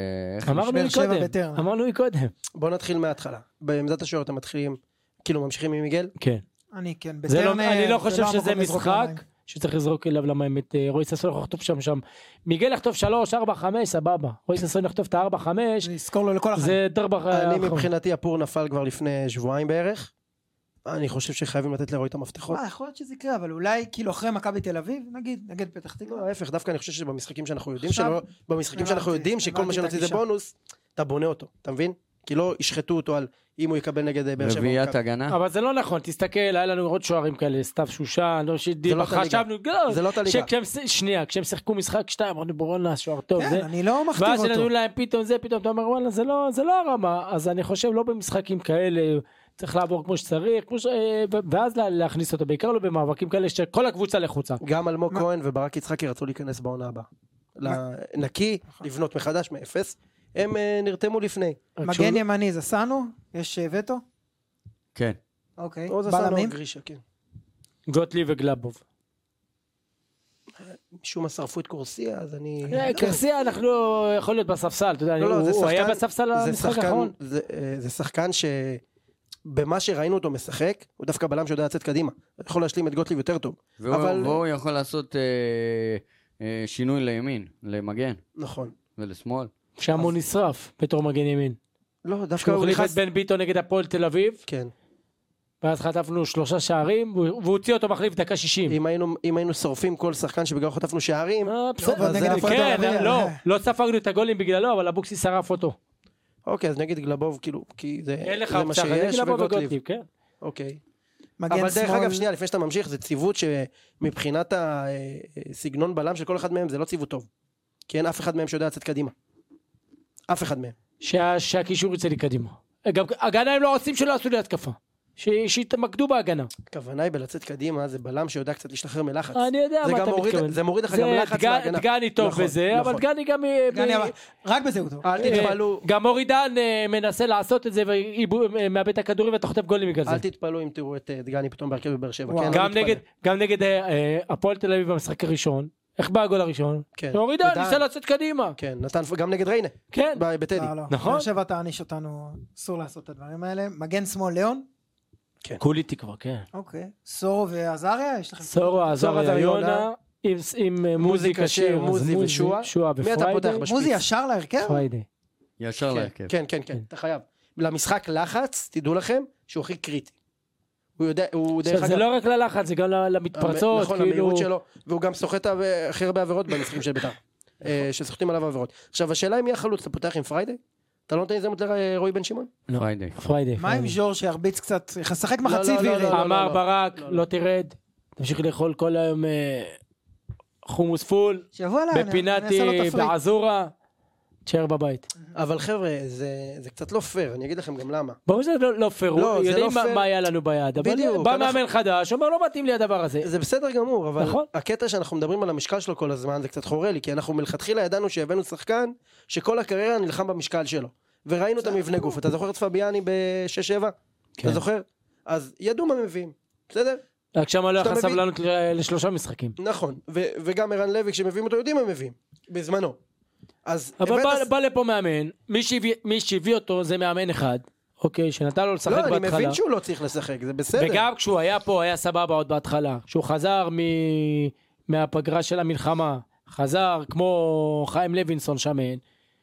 אמרנו מקודם. בוא נתחיל מההתחלה. בעמדת השוער אתם מתחילים, כאילו ממשיכים ממיגל? כן. אני כן. אני לא חושב שזה משחק שצריך לזרוק אליו למים את רועי ששון לחטוף שם. מיגל לחטוף 3, 4, 5, סבבה. רועי ששון לחטוף את 4, 5. נזכור לו לכל החיים. זה דרבה. אני מבחינתי הפור נפל כבר לפני שבועיים בערך. אני חושב שחייבים לתת לרועי את המפתחות. יכול להיות שזה יקרה, אבל אולי כאילו אחרי מכבי תל אביב, נגיד פתח תקווה. לא, ההפך, דווקא אני חושב שבמשחקים שאנחנו יודעים שכל מה שנוציא זה בונוס, אתה בונה אותו, אתה מבין? כי לא ישחטו אותו על אם הוא יקבל נגד באר שבע. רביעיית הגנה. אבל זה לא נכון, תסתכל, היה לנו עוד שוערים כאלה, סתיו שושן, חשבנו, זה לא תליגה. שנייה, כשהם שיחקו משחק 2, אמרנו ברונה, שוער טוב, כן, זה. אני לא מכתיב ואז אותו. נתנו להם פתאום זה, פתאום אתה אומר, וואלה, זה לא הרמה, אז אני חושב, לא במשחקים כאלה, צריך לעבור כמו שצריך, ואז להכניס אותו, בעיקר לא במאבקים כאלה, שכל הקבוצה לחוצה. גם אלמוג כהן וברק יצחקי רצו להיכנס בעונה הבאה. נקי, לבנות מחדש מאפס, הם נרתמו לפני. מגן ימני זה סאנו? יש וטו? כן. אוקיי. או זה סאנו או גרישה, כן. גוטליב וגלאבוב. משום מה שרפו את קורסיה, אז אני... קורסיה אנחנו יכול להיות בספסל, אתה יודע, הוא היה בספסל המשחק האחרון. זה שחקן שבמה שראינו אותו משחק, הוא דווקא בלם שיודע לצאת קדימה. יכול להשלים את גוטליב יותר טוב. והוא יכול לעשות שינוי לימין, למגן. נכון. ולשמאל. שם הוא נשרף בתור מגן ימין. לא, דווקא הוא החליף את בן ביטון נגד הפועל תל אביב. כן. ואז חטפנו 3 שערים, והוא הוציא אותו מחליף דקה 60. אם היינו שורפים כל שחקן שבגלל חטפנו שערים, לא ספגנו את הגולים בגללו, אבל אבוקסיס שרף אותו. אוקיי, אז נגיד גלאבוב, כאילו, כי זה מה שיש, וגוטליב. אוקיי. אבל דרך אגב, שנייה, לפני שאתה ממשיך, זה ציוות שמבחינת הסגנון בלם של כל אחד מהם, זה לא ציוות טוב. כי אין אף אחד מהם שיודע לצאת קדימה. אף אחד מהם. שהקישור יצא לי קדימה. גם הגנה הם לא רוצים שלא עשו לי התקפה. שיתמקדו בהגנה. הכוונה היא בלצאת קדימה, זה בלם שיודע קצת להשתחרר מלחץ. אני יודע מה אתה מתכוון. זה מוריד לך גם לחץ להגנה. דגני טוב בזה, אבל דגני גם... רק בזה הוא טוב. אל תתפלו. גם מורידן מנסה לעשות את זה, ומאבד את הכדורים ואתה חוטף גולים בגלל זה. אל תתפלו אם תראו את דגני פתאום בהרכב בבאר שבע. גם נגד הפועל תל אביב במשחק הראשון. איך בא הגול הראשון? מורידן ניסה לצאת קדימה. כן, נתן גם נגד ריינה. כן. בטדי. נכון. באר שבע תעניש אותנו, אסור לעשות את הדברים האלה. מגן שמאל ליאון? כולי תקווה, כן. אוקיי. סורו ועזריה? סורו, עזריה, יונה, עם מוזי קשיר, מוזי ושועה. מי אתה פותח בשפיץ? מוזי ישר להרכב? פריידי. ישר להרכב. כן, אתה חייב. למשחק לחץ, תדעו לכם, שהוא הכי קריטי. הוא יודע, זה לא רק ללחץ, זה גם למתפרצות. נכון, למהירות שלו, והוא גם סוחט הכי הרבה עבירות במשחקים של בית"ר. שסוחטים עליו עבירות. עכשיו, השאלה היא מי החלוץ, אתה פותח עם פריידי? אתה לא נותן הזדמנות לרועי בן שמעון? פריידי. מה עם ז'ור שירביץ קצת, ישחק מחצית וירד? אמר ברק, לא תרד, תמשיך לאכול כל היום חומוס פול, בפינתי, בעזורה, תשאר בבית. אבל חבר'ה, זה קצת לא פייר, אני אגיד לכם גם למה. ברור שזה לא פייר, יודעים מה היה לנו ביד, אבל בא מאמן חדש, אומר לא מתאים לי הדבר הזה. זה בסדר גמור, אבל הקטע שאנחנו מדברים על המשקל שלו כל הזמן, זה קצת חורה לי, כי אנחנו מלכתחילה ידענו שהבאנו שחקן, שכל הקריירה נלחם במשקל שלו. וראינו את המבנה גוף, אתה זוכר את פביאני ב-6-7? אתה זוכר? אז ידעו מה מביאים, בסדר? רק שם לא יחד סבלנות ל3 משחקים. נכון, וגם ערן לוי כשמביאים אותו יודעים מה מביאים, בזמנו. אבל בא לפה מאמן, מי שהביא אותו זה מאמן אחד, אוקיי, שנתן לו לשחק בהתחלה. לא, אני מבין שהוא לא צריך לשחק, זה בסדר. וגם כשהוא היה פה, היה סבבה עוד בהתחלה. כשהוא חזר מהפגרה של המלחמה, חזר כמו חיים לוינסון שמן,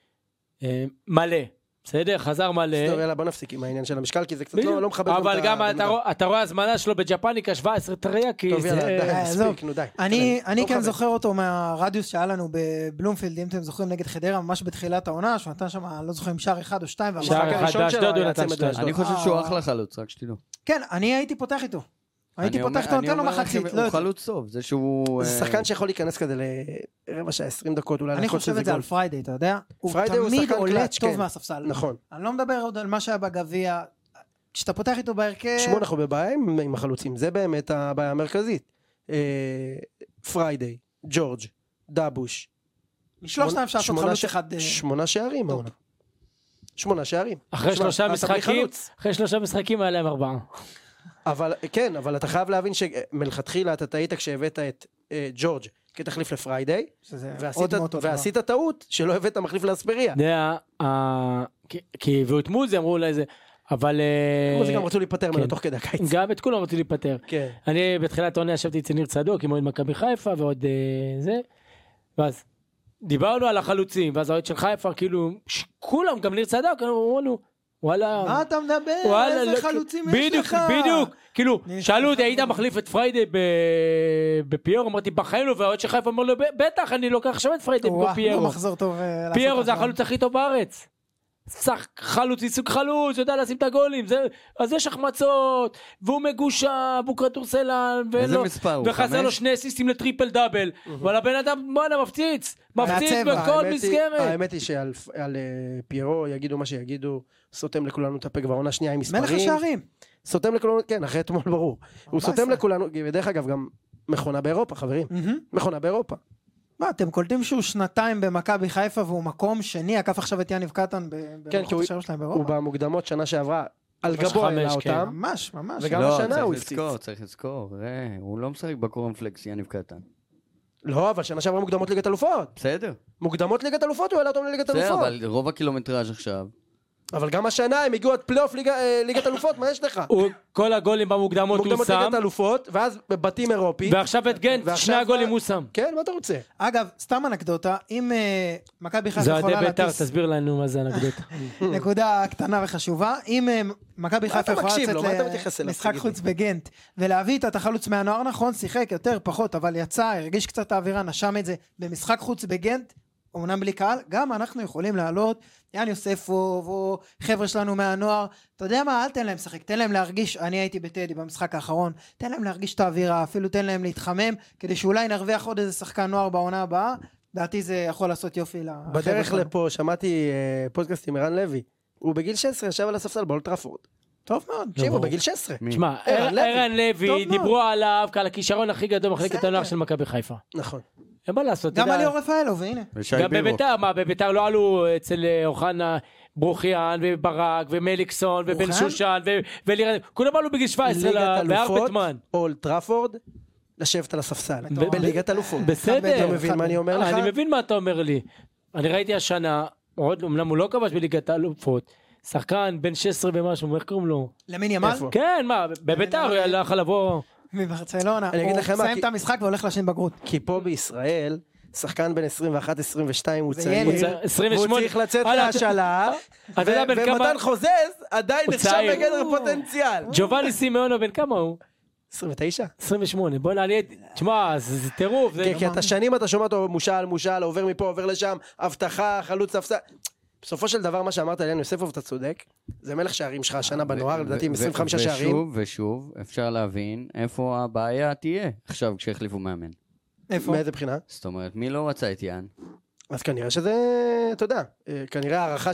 מלא. בסדר, חזר מלא. טוב, יאללה, בוא נפסיק עם העניין של המשקל, כי זה קצת לא מכבד. אבל גם אתה רואה הזמנה שלו בג'פניקה 17 טריאקי. טוב, יאללה, מספיק, נו די. אני כן זוכר אותו מהרדיוס שהיה לנו בבלומפילד, אם אתם זוכרים נגד חדרה, ממש בתחילת העונה, שהוא נתן שם, לא זוכר אם שער 1 או 2. שער 1 באשדוד הוא נתן 2. אני חושב שהוא אחלה חלוץ, רק שתדעו. כן, אני הייתי פותח איתו. הייתי פותח אותו, נותן לו מחצית. הוא חלוץ טוב, זה שהוא... זה שחקן שיכול להיכנס כדי לרבע שעה, 20 דקות, אולי אני חושב את זה על פריידי, אתה יודע? הוא תמיד עולה טוב מהספסל. נכון. אני לא מדבר עוד על מה שהיה בגביע. כשאתה פותח איתו בהרכב... שמונה, אנחנו בבעיה עם החלוצים, זה באמת הבעיה המרכזית. פריידי, ג'ורג', דאבוש. משלושת אפשר לעשות חלוץ אחד... 8 שערים, העונה. 8 שערים. אחרי 3 משחקים היה להם 4. אבל כן, אבל אתה חייב להבין שמלכתחילה אתה טעית כשהבאת את ג'ורג' כתחליף לפריידי, ועשית טעות שלא הבאת מחליף לאספריה. כי הביאו את מוזי, אמרו אולי זה, אבל... מוזי גם רצו להיפטר ממנו תוך כדי הקיץ. גם את כולם רצו להיפטר. אני בתחילת העונה ישבתי אצל ניר צדוק, עם עוד מכבי חיפה ועוד זה, ואז דיברנו על החלוצים, ואז העוד של חיפה, כאילו, כולם, גם ניר צדוק, אמרו לנו, וואלה, מה אתה מדבר? איזה חלוצים יש לך? בדיוק, כאילו, שאלו אותי, היית מחליף את פריידי בפיירו, אמרתי, בחיים לו, והעוד שחיפה אמר לו, בטח, אני לוקח עכשיו את פריידי בפיירו. פיירו זה החלוץ הכי טוב בארץ. חלוץ, עיסוק חלוץ, יודע לשים את הגולים, אז יש החמצות, והוא מגושה, והוא כדורסלן, וחסר לו 2 אסיסטים לטריפל דאבל, אבל הבן אדם, מפציץ בכל מסגרת. האמת היא שעל פיירו יגידו מה שיגידו, סותם לכולנו את הפה כבר עונה שנייה עם מספרים. מלך השערים. סותם לכולנו, כן, אחרי אתמול ברור. הוא סותם לכולנו, ודרך אגב גם מכונה באירופה, חברים. מכונה באירופה. מה, אתם קולטים שהוא 2 במכבי חיפה והוא מקום שני, עקף עכשיו את יניב קטן במערכות השערים שלהם באירופה? הוא במוקדמות שנה שעברה על גבו העלה אותם. ממש. וגם השנה הוא הפציץ. צריך לזכור, הוא לא משחק בקורנפלקס יניב קטן. לא, אבל שנה שעברה מוקדמות ליגת אלופות. בסדר. מוקדמות ליגת אלופות, הוא העלה אותם לליגת אלופות. בסדר, אבל רוב הקילומטראז' עכשיו. אבל גם השנה הם הגיעו עד פלייאוף ליגת אלופות, מה יש לך? כל הגולים במוקדמות הוא שם. מוקדמות ליגת אלופות, ואז בבתים אירופי. ועכשיו את גנט, 2 הגולים הוא שם. כן, מה אתה רוצה? אגב, סתם אנקדוטה, אם מכבי חיפה יכולה יכולה להטיס... תסביר לנו מה זה אנקדוטה. נקודה קטנה וחשובה, אם מכבי חיפה יכולה לצאת למשחק חוץ בגנט, ולהביא את החלוץ מהנוער, נכון, שיחק יותר, פחות, אבל יצא, הרגיש קצת האווירה, נשם את זה במשחק חוץ בגנט, אומנם בלי קהל, גם אנחנו יכולים לעלות, יאן יוספוב, או חבר'ה שלנו מהנוער, אתה יודע מה, אל תן להם לשחק, תן להם להרגיש, אני הייתי בטדי במשחק האחרון, תן להם להרגיש את האווירה, אפילו תן להם להתחמם, כדי שאולי נרוויח עוד איזה שחקן נוער בעונה הבאה, דעתי זה יכול לעשות יופי. בדרך לפה שמעתי פודקאסט עם ערן לוי, הוא בגיל 16 ישב על הספסל באולט טראפורד. טוב מאוד. תקשיבו, בגיל 16. תשמע, ערן לוי, דיברו עליו כעל הכישרון הכי גדול במחלקת הנוער של מכבי חיפה. נכון. אין מה לעשות. גם על ליאור רפאלו, והנה. גם בביתר, בביתר לא עלו אצל אוחנה ברוחיאן וברק ומליקסון ובן שושן ולירן, כולם עלו בגיל 17 בארבטמן. אולט טראפורד, לשבת על הספסל. בליגת אלופות. בסדר. אתה מבין מה אני אומר לך? אני מבין מה אתה אומר לי. אני ראיתי השנה, אמנם הוא לא כבש בליגת אלופות, שחקן בן 16 ומשהו, איך קוראים לו? למין ימל? כן, מה, בביתר הוא הלך לבוא... מברצלונה, הוא מסיים את המשחק והולך לשין בגרות. כי פה בישראל, שחקן בין 21-22 הוא צעיר, 28, והוא צריך לצאת להשאלה, ומתן חוזז עדיין נחשב בגדר פוטנציאל. ג'ובאני סימאונו בן כמה הוא? 29? 28, בוא נעלי, תשמע, זה טירוף. כי אתה שנים אתה שומע אותו מושל, עובר מפה, עובר לשם, הבטחה, חלוץ ספסל. בסופו של דבר מה שאמרת עלינו, יוספוב, אתה צודק, זה מלך שערים שלך השנה בנוער, לדעתי עם 25 שערים. ושוב, אפשר להבין איפה הבעיה תהיה עכשיו כשהחליפו מאמן. איפה? מאיזה בחינה? זאת אומרת, מי לא רצה את יאן? אז כנראה שזה, אתה יודע, כנראה הערכה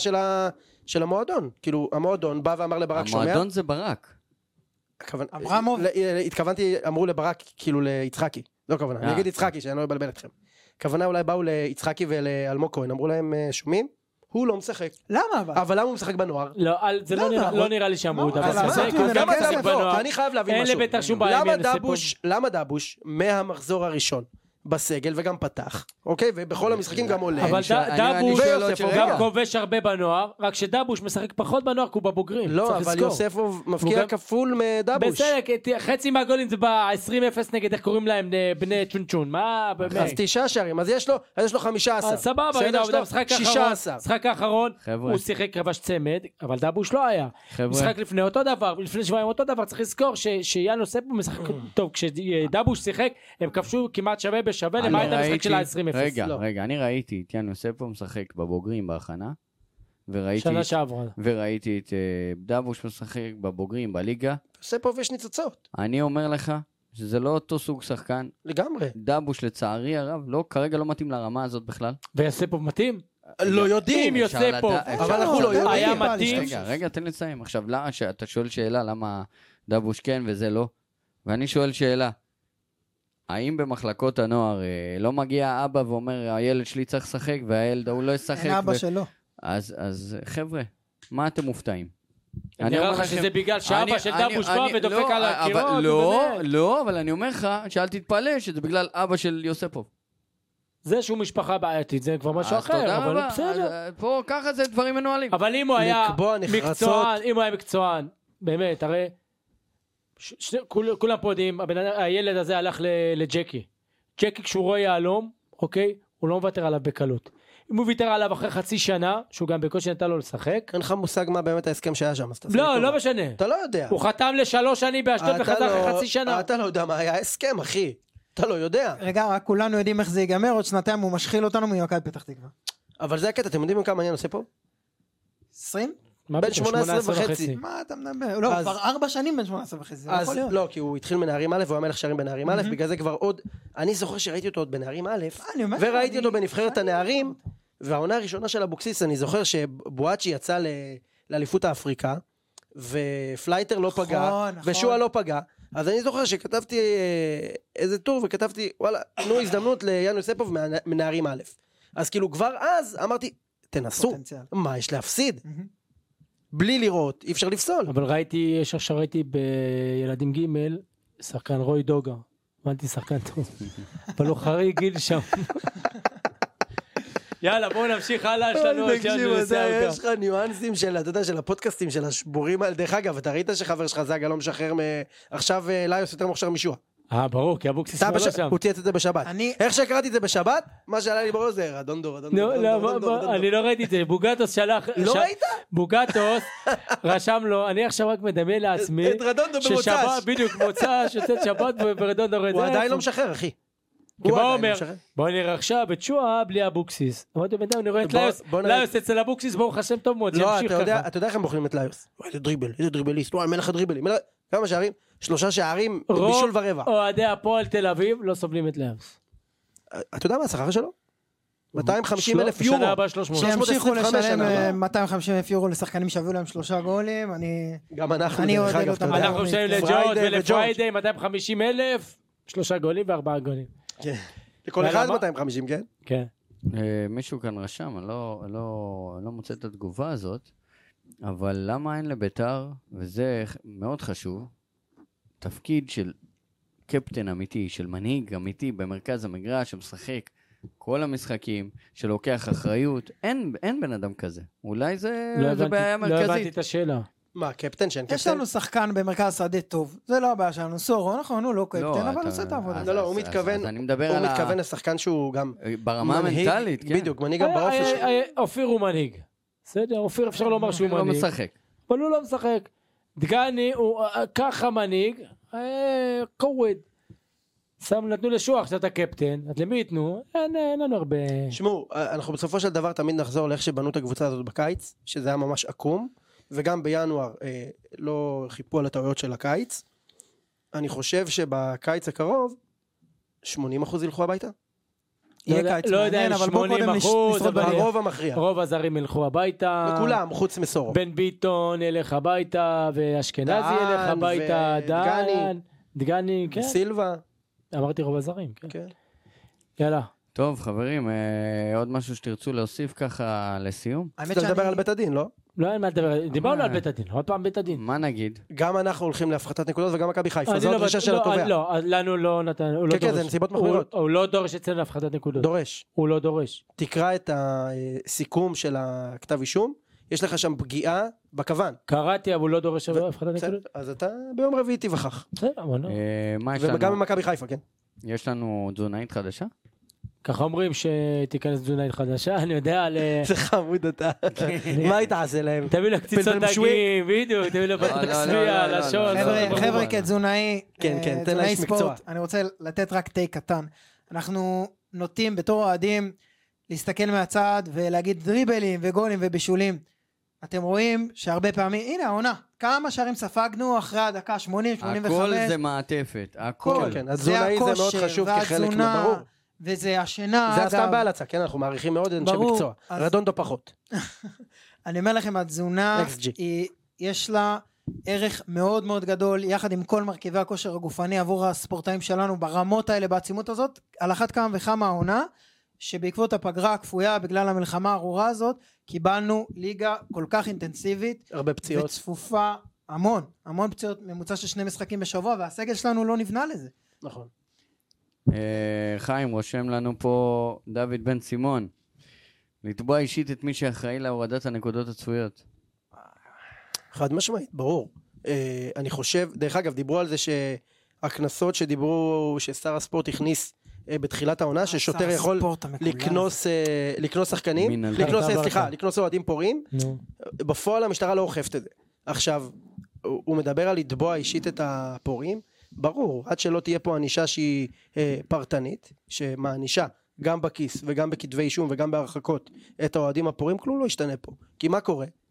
של המועדון. כאילו, המועדון בא ואמר לברק שומע. המועדון זה ברק. אברמוב. התכוונתי, אמרו לברק, כאילו ליצחקי. לא כוונה, אני אגיד יצחקי, שאני לא אבלבל אתכם. כוונה אולי באו ליצחקי ולאלמוג כהן, אמרו להם שומעים? הוא לא משחק. למה? אבל למה הוא משחק בנוער? זה לא נראה לי שאמרו דבר כזה. אני חייב להבין משהו. למה דאבוש מהמחזור הראשון בסגל וגם פתח, אוקיי? ובכל המשחקים גם עולה. אבל דאבוש גם כובש הרבה בנוער, רק שדאבוש משחק פחות בנוער כי הוא בבוגרים. לא, אבל יוספוב מפקיע כפול מדאבוש. בסדר, חצי מהגולים זה ב-20-0 נגד, איך קוראים להם, בני צ'ונצ'ון. מה, באמת? אז 9 שערים, אז יש לו 15. סבבה, משחק האחרון, הוא שיחק כבש צמד, אבל דאבוש לא היה. משחק לפני אותו דבר, לפני שבועיים אותו דבר, צריך לזכור שיאן יוספוב משחק טוב, כשדאבוש שיחק, הם כבשו כמעט שווה שווה למעט המשחק של ה-20-0. רגע, אני ראיתי את יאן יוספוב משחק בבוגרים בהכנה, שנה שעברה. וראיתי את דאבוש משחק בבוגרים בליגה. יוספוב יש ניצוצות. אני אומר לך שזה לא אותו סוג שחקן. לגמרי. דאבוש לצערי הרב, כרגע לא מתאים לרמה הזאת בכלל. ויוספוב מתאים? לא יודעים. אם יוספוב, אבל אנחנו לא יודעים. היה מתאים. רגע, תן לסיים. עכשיו, אתה שואל שאלה למה דאבוש כן וזה לא, ואני שואל שאלה. האם במחלקות הנוער לא מגיע אבא ואומר, הילד שלי צריך לשחק, והילד הוא לא ישחק? אין אבא שלו. אז חבר'ה, מה אתם מופתעים? נראה לך שזה בגלל שאבא של דאבוש בא ודופק על הקירות? לא, אבל אני אומר לך, שאל תתפלא שזה בגלל אבא של יוספוב. זה שהוא משפחה בעייתית, זה כבר משהו אחר, אבל בסדר. פה ככה זה דברים מנוהלים. אבל אם הוא היה מקצוען, באמת, הרי... כולם פה יודעים, הילד הזה הלך לג'קי. ג'קי כשהוא רואה יעלום, אוקיי? הוא לא מוותר עליו בקלות. אם הוא ויתר עליו אחרי חצי שנה, שהוא גם בקושי נתן לו לשחק. אין לך מושג מה באמת ההסכם שהיה שם. לא משנה. אתה לא יודע. הוא חתם ל3 שנים באשדוד וחזר אחרי חצי שנה. אתה לא יודע מה היה ההסכם, אחי. אתה לא יודע. רגע, רק כולנו יודעים איך זה ייגמר, עוד שנתיים הוא משחיל אותנו ממכבי פתח תקווה. אבל זה הקטע, אתם יודעים כמה אני עושה פה? 20? בין 18 וחצי. מה אתה מדבר? לא, כבר 4 שנים בין 18 וחצי, זה יכול להיות. לא, כי הוא התחיל מנערים א', והוא היה מלך שערים בנערים א', בגלל זה כבר עוד, אני זוכר שראיתי אותו עוד בנערים א', וראיתי אותו בנבחרת הנערים, והעונה הראשונה של אבוקסיס, אני זוכר שבואצ'י יצא לאליפות האפריקה, ופלייטר לא פגע, ושועה לא פגע, אז אני זוכר שכתבתי איזה טור, וכתבתי, וואלה, תנו הזדמנות ליאן יוספוב מנערים א'. אז כאילו כבר אז אמרתי, תנסו, מה יש להפסיד? בלי לראות, אי אפשר לפסול. אבל ראיתי, עכשיו ראיתי בילדים ג' שחקן רוי דוגה. אמרתי שחקן טוב. אבל הוא חריג גיל שם. יאללה, בואו נמשיך הלאה, יש לנו יש לך ניואנסים של, אתה יודע, של הפודקאסטים, של השבורים. דרך אגב, אתה ראית שחבר שלך זגה לא משחרר עכשיו ליוס יותר מוכשר משועה. ברור, כי אבוקסיס לא שם. הוא צייץ את זה בשבת. איך שקראתי את זה בשבת, מה שעלה לי בראש זה רדונדו. אני לא ראיתי את זה, בוגטוס שלח... לא ראית? בוגטוס רשם לו, אני עכשיו רק מדמיין לעצמי... את רדונדו במוצ"ש. בדיוק, מוצ"ש, יוצאת שבת ורדונדו רדונדו. הוא עדיין לא משחרר, אחי. כי בוא אומר, בוא נראה עכשיו את שועה בלי אבוקסיס. אמרתי בינתיים, אני רואה את ליוס אצל אבוקסיס, ברוך השם טוב מאוד, לא, אתה יודע איך הם בוחרים את ליוס? איזה דריבליסט, מלך הדריבלים. כמה שערים? 3 שערים, בישול ורבע. אוהדי הפועל תל אביב לא סובלים את ליוס. אתה יודע מה השכר שלו? 250,000 יורו. שנה הבאה 300. שימשיכו לשלם 250,000 יורו לשחקנים שהביאו להם 3 גולים. גם אנחנו. אנחנו משלמים לג'ורג' ולפריידי 250,000, 3 גולים ו4 גולים. לכל אחד 250, כן? כן. מישהו כאן רשם, אני לא מוצא את התגובה הזאת, אבל למה אין לביתר, וזה מאוד חשוב, תפקיד של קפטן אמיתי, של מנהיג אמיתי במרכז המגרש, שמשחק כל המשחקים, שלוקח אחריות, אין בן אדם כזה. אולי זה בעיה מרכזית. לא הבנתי את השאלה. מה, קפטן שאין קפטן? יש לנו שחקן במרכז שדה טוב, זה לא הבעיה שלנו, סורו, נכון, הוא לא קפטן, אבל עושה את העבודה. לא, הוא מתכוון לשחקן שהוא גם ברמה המנטלית, כן? בדיוק, מנהיג גם באופי שלו. אופיר הוא מנהיג. בסדר, אופיר אפשר לומר שהוא מנהיג. הוא לא משחק. אבל הוא לא משחק. דגני הוא ככה מנהיג, קווד. נתנו לשועה עכשיו את הקפטן, אז למי יתנו? אין לנו הרבה... שמעו, אנחנו בסופו של דבר תמיד נחזור לאיך שבנו את הקבוצה הזאת בקיץ, שזה היה ממש עקום, וגם בינואר לא חיפו על הטעויות של הקיץ. אני חושב שבקיץ הקרוב 80% ילכו הביתה. לא יודע, 80%, הרוב המכריע. רוב הזרים ילכו הביתה. וכולם, חוץ מסורו. בן ביטון ילך הביתה, ואשכנזי ילך הביתה, דגני, כן. סילבה. אמרתי רוב הזרים, כן. כן. יאללה. טוב, חברים, עוד משהו שתרצו להוסיף ככה לסיום? אתה מדבר על בית הדין, לא? לא, אין מה לדבר, דיברנו על בית הדין, עוד פעם בית הדין. מה נגיד? גם אנחנו הולכים להפחתת נקודות וגם מכבי חיפה, זו הדרישה של התובע. לא, לנו לא נתן, הוא לא דורש. כן, זה נסיבות מחמירות. הוא לא דורש אצלנו להפחתת נקודות. דורש. הוא לא דורש. תקרא את הסיכום של הכתב אישום, יש לך שם פגיעה בכוון. קראתי, אבל הוא לא דורש להפחתת נקודות. אז אתה ביום רביעי תיווכח. וגם במכבי חיפה, כן. יש לנו תזונאית חדשה? ככה אומרים שתיכנס תזונאית חדשה, אני יודע על... זה חמוד אתה. מה היית עשה להם? תביא לו קציצות דגים, בדיוק, תביא לו בטקסביה, לשון. חבר'ה, כתזונאי, כן, תן לה איש מקצוע. אני רוצה לתת רק טייק קטן. אנחנו נוטים בתור אוהדים להסתכל מהצד ולהגיד דריבלים וגולים ובישולים. אתם רואים שהרבה פעמים, הנה העונה, כמה שערים ספגנו אחרי הדקה 80, 85. הכל זה מעטפת, הכל. התזונאי זה מאוד חשוב כחלק מברור. וזה השינה. זה סתם בהלצה, כן, אנחנו מעריכים מאוד אנשי מקצוע. רדונדו פחות. אני אומר לכם, התזונה, יש לה ערך מאוד מאוד גדול, יחד עם כל מרכיבי הכושר הגופני עבור הספורטאים שלנו, ברמות האלה, בעצימות הזאת, על אחת כמה וכמה העונה, שבעקבות הפגרה הכפויה, בגלל המלחמה הארורה הזאת, קיבלנו ליגה כל כך אינטנסיבית, הרבה פציעות. וצפופה, המון פציעות, ממוצע של 2 משחקים בשבוע, והסגל שלנו לא נבנה לזה. נכון. חיים, רושם לנו פה דוד בן סימון, לתבוע אישית את מי שאחראי להורדת הנקודות הצפויות. חד משמעית, ברור. אני חושב, דרך אגב, דיברו על זה שהכנסות שדיברו, ששר הספורט הכניס בתחילת העונה, ששוטר יכול לקנוס שחקנים, לקנוס אוהדים פורעים, בפועל המשטרה לא אוכפת את זה. עכשיו, הוא מדבר על לתבוע אישית את הפורעים, ברור, עד שלא תהיה פה ענישה שהיא פרטנית, שמענישה גם בכיס וגם בכתבי אישום וגם בהרחקות את האוהדים הפורעים, כלום לא ישתנה פה. כי מה קורה?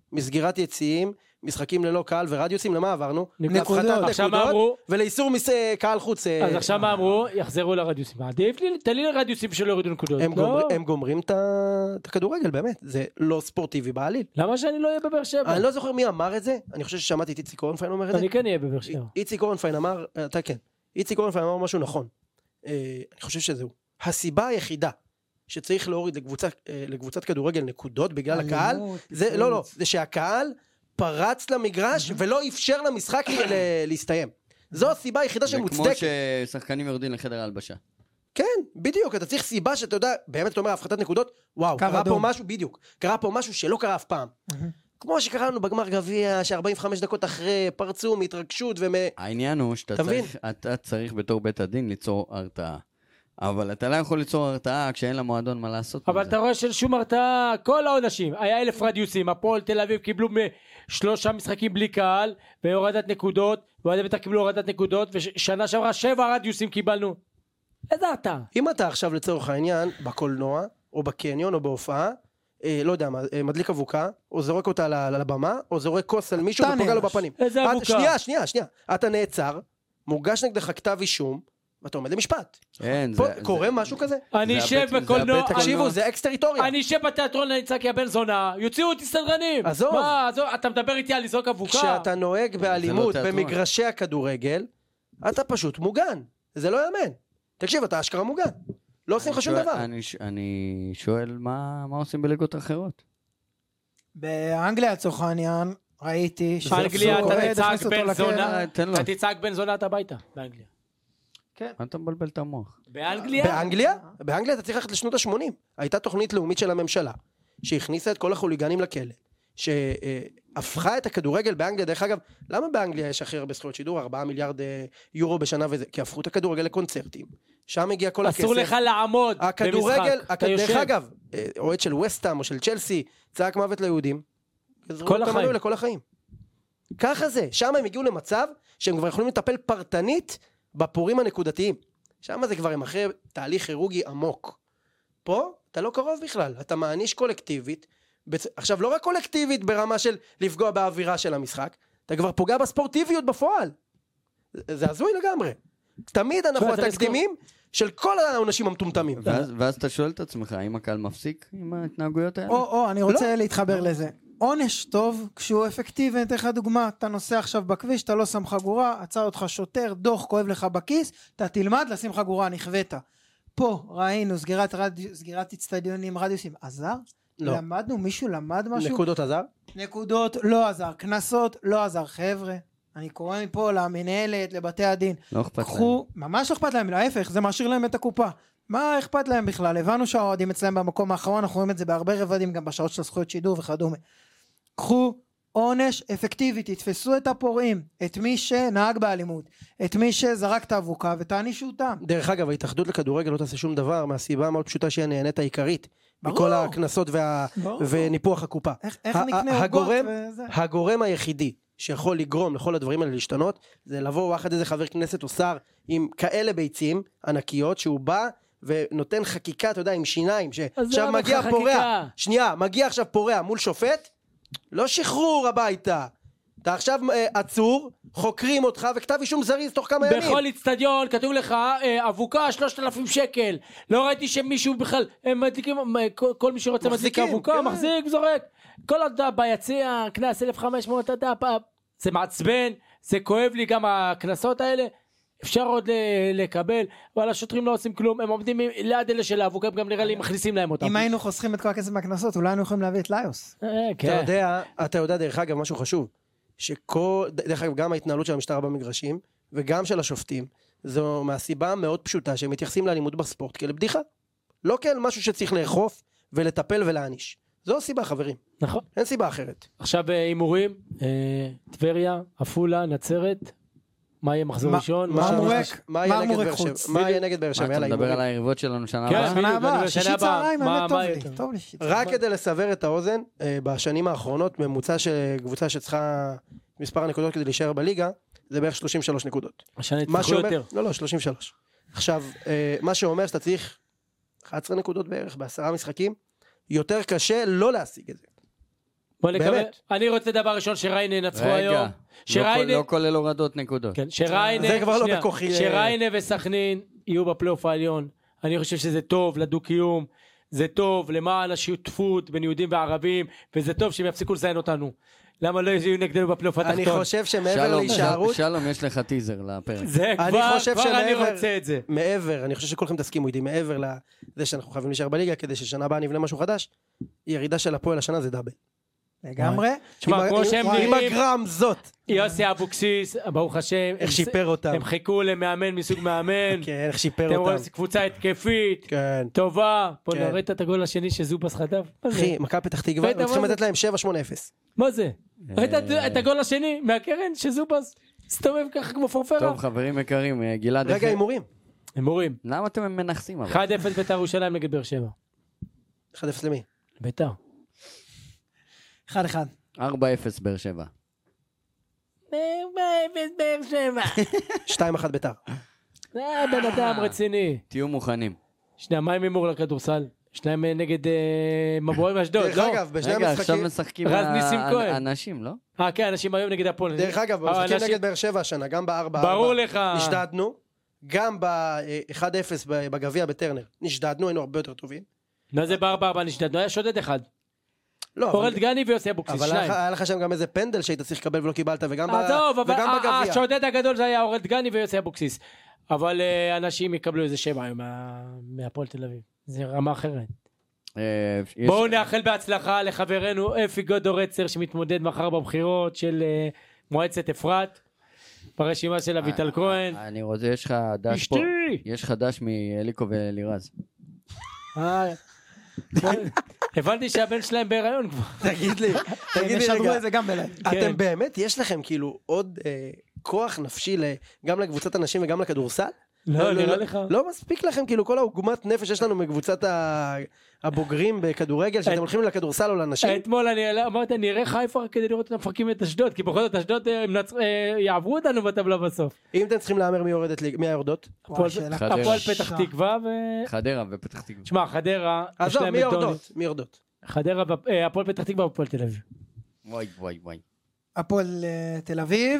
מסגירת יציאים, משחקים ללא קהל ורדיוסים, למה עברנו? נקודות. נקודות ולאיסור קהל חוץ. אז עכשיו מה אמרו? יחזרו לרדיוסים. עדיף לי, תן לי לרדיוסים שלא יורידו נקודות. הם גומרים את הכדורגל, באמת. זה לא ספורטיבי בעליל. למה שאני לא אהיה בבאר שבע? אני לא זוכר מי אמר את זה, אני חושב ששמעתי את איציק אורנפיין אומר את זה. אני כן אהיה בבאר שבע. איציק אורנפיין אמר, אתה כן. איציק אורנפיין אמר משהו נכון. אני חושב שזהו. הסיבה היחידה שצריך להוריד לקבוצת כדורגל נקודות בגלל הקהל, זה שהקהל פרץ למגרש ולא אפשר למשחק להסתיים. זו הסיבה היחידה שמוצדקת. זה כמו ששחקנים יורדים לחדר ההלבשה. כן, בדיוק, אתה צריך סיבה שאתה יודע, באמת אתה אומר הפחתת נקודות, וואו, קרה פה משהו, בדיוק, קרה פה משהו שלא קרה אף פעם. כמו שקראנו בגמר גביע, ש45 דקות אחרי פרצו מהתרגשות העניין הוא שאתה צריך בתור בית הדין ליצור הרתעה. אבל אתה לא יכול ליצור הרתעה כשאין למועדון מה לעשות. אבל אתה רואה של שום הרתעה, כל העונשים, היה 1,000 רדיוסים, הפועל תל אביב קיבלו 3 משחקים בלי קהל, והורדת נקודות, ואוהדי בית"ר קיבלו הורדת נקודות, ושנה שעברה 7 רדיוסים קיבלנו. איזה הרתעה? אם אתה עכשיו לצורך העניין, בקולנוע, או בקניון, או בהופעה, לא יודע מה, מדליק אבוקה, או זורק אותה על הבמה, או זורק כוס על מישהו ופוגע לו בפנים. איזה אבוקה? שנייה. אתה נעצר, מוגש נגדך כתב אישום, ואתה עומד למשפט. קורה משהו כזה? אני אשב בקולנוע, תקשיבו, זה אקס-טריטוריה. אני אשב בתיאטרון, אני צעק הבן זונה, יוציאו אותי סדרנים. עזוב. אתה מדבר איתי על לזרוק אבוקה? כשאתה נוהג באלימות במגרשי הכדורגל, אתה פשוט מוגן. זה לא יאמן. תקשיב, אתה אשכרה מוגן. לא עושים לך שום דבר. אני שואל מה עושים בליגות אחרות? באנגליה לצורך העניין, ראיתי באנגליה אתה תצעק בן זונה אתה הביתה, באנגליה. כן. אתה מבלבל את המוח. באנגליה? באנגליה אתה צריך ללכת לשנות ה-80. הייתה תוכנית לאומית של הממשלה, שהכניסה את כל החוליגנים לכלא, שהפכה את הכדורגל באנגליה. דרך אגב, למה באנגליה יש הכי הרבה זכויות שידור? 4 מיליארד יורו בשנה וזה, כי הפכו את הכדורגל לקונצרטים. שם הגיע כל הכסף. אסור לך לעמוד במשחק. דרך אגב, אוהד של וסטהאם או של צ'לסי, צעק מוות ליהודים. כל החיים. ככה זה. שם הם הגיעו למצב שהם כבר יכולים לטפל פרטנית בפורים הנקודתיים. שם זה כבר הם אחרי תהליך כירורגי עמוק. פה אתה לא קרוב בכלל, אתה מעניש קולקטיבית, עכשיו לא רק קולקטיבית ברמה של לפגוע באווירה של המשחק, אתה כבר פוגע בספורטיביות בפועל. זה הזוי לגמרי. תמיד אנחנו התקדימים של כל האנשים המטומטמים. ואז אתה שואל את עצמך, האם הקהל מפסיק עם ההתנהגויות האלה? אני רוצה להתחבר לזה. עונש טוב כשהוא אפקטיבי. אני אתן לך דוגמה, אתה נוסע עכשיו בכביש, אתה לא שם חגורה, עצר אותך שוטר, דוח כואב לך בכיס, אתה תלמד לשים חגורה, נכווית. פה ראינו סגירת אצטדיונים, רדיוסים, עזר? לא. למדנו, מישהו למד משהו? נקודות עזר? נקודות לא עזר, כנסות לא עזר. חבר'ה, אני קורא מפה למנהלת, לבתי הדין, לא אכפת להם. ממש לא אכפת להם, להפך, זה משאיר להם את הקופה. מה אכפת להם בכלל? הבנו שהאוהדים אצלם במקום האחרון, אנחנו רואים את זה בהרבה רבדים, גם בשעות של זכויות שידור וכדומה. קחו עונש אפקטיבי, תתפסו את הפורעים, את מי שנהג באלימות, את מי שזרק את האבוקה ותענישו אותם. דרך אגב, ההתאחדות לכדורגל לא תעשה שום דבר, מהסיבה מאוד פשוטה שהיא הנהנית העיקרית, מכל הכנסות וניפוח הקופה. איך נקנה עוגות וזה? הגורם היחידי שיכול לגרום לכל הדברים האלה להשתנות, זה לבוא ואחד איזה חבר כנסת או שר עם כאלה ביצים ענקיות, שהוא בא ונותן חקיקה, אתה יודע, עם שיניים, שעכשיו מגיע פורע, מגיע עכשיו פורע מול שופט, לא שחרור הביתה, אתה עכשיו עצור, חוקרים אותך וכתב אישום זריז תוך כמה ימים. בכל אצטדיון כתוב לך אבוקה 3,000 שקל. לא ראיתי שמישהו בכלל, הם מדליקים, כל מי שרוצה מדליק אבוקה, מחזיק, זורק. כל עוד ביציע, כנס 1,500, זה מעצבן, זה כואב לי גם הכנסות האלה. אפשר עוד לקבל, אבל השוטרים לא עושים כלום, הם עומדים ליד אלה של האבוקה, גם נראה לי מכניסים להם אותם. אם היינו חוסכים את כל הכסף מהכנסות, אולי היינו יכולים להביא את ליוס. אתה יודע דרך אגב משהו חשוב, דרך אגב גם ההתנהלות של המשטרה במגרשים, וגם של השופטים, זו מהסיבה מאוד פשוטה, שהם מתייחסים לאלימות בספורט כאל בדיחה, לא כאל משהו שצריך לאכוף ולטפל ולהעניש. זו הסיבה חברים. נכון. אין סיבה אחרת. עכשיו הימורים, טבריה, עפולה, נצרת, מה יהיה מחזור ראשון? מה יהיה נגד באר שבע? אתה מדבר על היריבות שלנו שנה הבאה? שישי צהריים, האמת טוב לי. רק כדי לסבר את האוזן, בשנים האחרונות, ממוצע של קבוצה שצריכה מספר הנקודות כדי להישאר בליגה, זה בערך 33 נקודות. השנה יצטרכו יותר. לא, 33. עכשיו, מה שאומר שאתה צריך 11 נקודות בערך, ב10 משחקים, יותר קשה לא להשיג את זה. באמת. אני רוצה דבר ראשון שריינה ינצחו היום. לא כולל הורדות נקודות. זה כבר לא בכוחי. שריינה וסכנין יהיו בפלייאוף העליון. אני חושב שזה טוב לדו-קיום, זה טוב למען השותפות בין יהודים וערבים, וזה טוב שהם יפסיקו לזיין אותנו. למה לא יהיו נגדנו בפלייאוף התחתון? אני חושב שמעבר להישארות... שלום, יש לך טיזר לפרק. זה כבר אני רוצה את זה. מעבר, אני חושב שכולכם תסכימו איתי, מעבר לזה שאנחנו חייבים להישאר בליגה, כדי ששנה הבאה נבנה משהו חדש, ירידה של הפועל השנה זה דאבל. לגמרי. עם הגרם זאת. יוסי אבוקסיס, ברוך השם. איך שיפר אותם. הם חיכו למאמן מסוג מאמן. כן, איך שיפר אותם. אתם רואים קבוצה התקפית. כן. טובה. פה נראה את הגול השני שזופס חטף. אחי, מכבי פתח תקווה, צריכים לתת להם 7-8-0. מה זה? ראית את הגול השני מהקרן שזופס סתובב ככה כמו פורפרה? טוב, חברים יקרים, גלעד... רגע, הימורים. למה אתם מנחסים? 1-0 בית"ר ירושלים נגד באר שבע. 1-0 למי? בית"ר. 1-1. 4-0 באר שבע. 4-0 באר שבע. 2-1 בית"ר. בן אדם רציני. תהיו מוכנים. שנייה, מה עם הימור לכדורסל? שלהם נגד מבואים אשדוד, לא? דרך אגב, בשני רגע, המשחקים... עכשיו משחקים אנשים, לא? כן, אנשים היום נגד הפועל. דרך אגב, משחקים נגד באר שבע השנה, גם ב-4-4. ברור לך. נשדדנו, גם ב-1-0 בגביע בטרנר. נשדדנו, היינו הרבה יותר טובים. מה זה ב-4-4 נשדדנו? היה שודד אחד. אורל דגני ויוסי אבוקסיס, אבל שניים. היה לך שם גם איזה פנדל שהיית צריך לקבל ולא קיבלת, וגם בגביע. השודד הגדול זה היה אורל דגני ויוסי אבוקסיס. אבל אנשים יקבלו איזה 7 היום מהפועל תל אביב. זה רמה אחרת. בואו נאחל בהצלחה לחברנו אפי גודורצר שמתמודד מחר בבחירות של מועצת אפרת ברשימה של אביטל כהן. אני רוצה, יש לך דש פה, יש לך דש מאליקו ואלירז. הבנתי שהבן שלהם בהיריון כבר. תגיד לי רגע, אתם באמת, יש לכם כאילו עוד כוח נפשי גם לקבוצת הנשים וגם לכדורסל? לא, נראה לך. לא מספיק לכם כאילו כל העוגמת נפש יש לנו מקבוצת הבוגרים בכדורגל שאתם הולכים לכדורסל או לנשים? אתמול אני אמרתי נראה חיפה כדי לראות אותם מפרקים את אשדוד, כי בכל זאת אשדוד יעברו אותנו בטבלה בסוף. אם אתם צריכים להאמר מי היורדות? הפועל פתח תקווה חדרה ופתח תקווה. שמע, חדרה עזוב, מי יורדות? חדרה, הפועל פתח תקווה והפועל תל אביב. וואי. הפועל תל אביב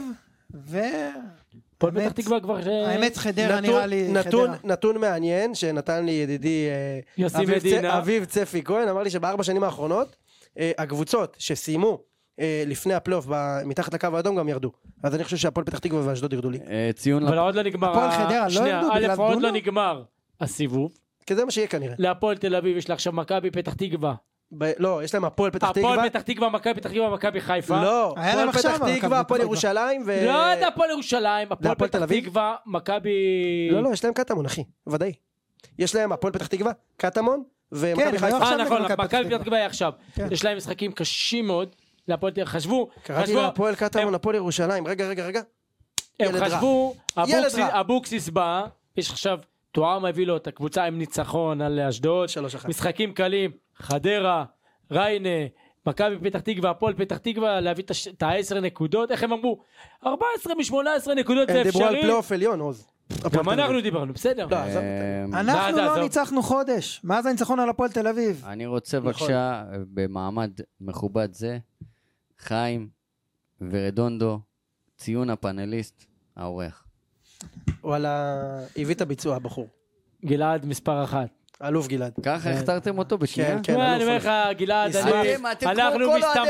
הפועל פתח תקווה כבר האמת חדרה נראה לי נתון מעניין שנתן לי ידידי אביב צפי כהן, אמר לי שב4 שנים האחרונות הקבוצות שסיימו לפני הפלייאוף מתחת לקו האדום גם ירדו, אז אני חושב שהפועל פתח תקווה ואשדוד ירדו לי. אבל עוד לא נגמר, הפועל חדרה לא ירדו בגלל דונו? עוד לא נגמר הסיבוב, כי זה מה שיהיה כנראה. להפועל תל אביב יש לה עכשיו מכבי פתח תקווה, לא, יש להם הפועל פתח תקווה. הפועל פתח תקווה, מכבי פתח תקווה, מכבי חיפה. לא, הפועל פתח תקווה, הפועל ירושלים ו... לא, זה הפועל ירושלים, הפועל פתח תקווה, מכבי... לא, יש להם קטמון, אחי, ודאי. יש להם הפועל פתח תקווה, קטמון ומכבי חיפה. נכון, מכבי פתח תקווה היא עכשיו. יש להם משחקים קשים מאוד, להפועל תקווה, חשבו... קראתי להפועל קטמון, הפועל ירושלים, רגע. הם חשבו, אבוקסיס בא, יש עכשיו... תואם הביא לו את הקבוצה עם ניצחון על אשדוד, משחקים קלים, חדרה, ריינה, מכבי פתח תקווה, הפועל פתח תקווה, להביא את 10 נקודות, איך הם אמרו? 14 מ-18 נקודות זה אפשרי. הם דיברו על פלייאוף עליון, עוז. גם אנחנו דיברנו, בסדר. אנחנו לא ניצחנו חודש, מה זה הניצחון על הפועל תל אביב? אני רוצה בבקשה, במעמד מכובד זה, חיים ורדונדו, ציון הפאנליסט, האורח. וואלה, הביא את הביצוע, הבחור. גלעד מספר 1. אלוף גלעד. ככה הכתרתם אותו בשנייה? כן, אני אומר לך, גלעד, אנחנו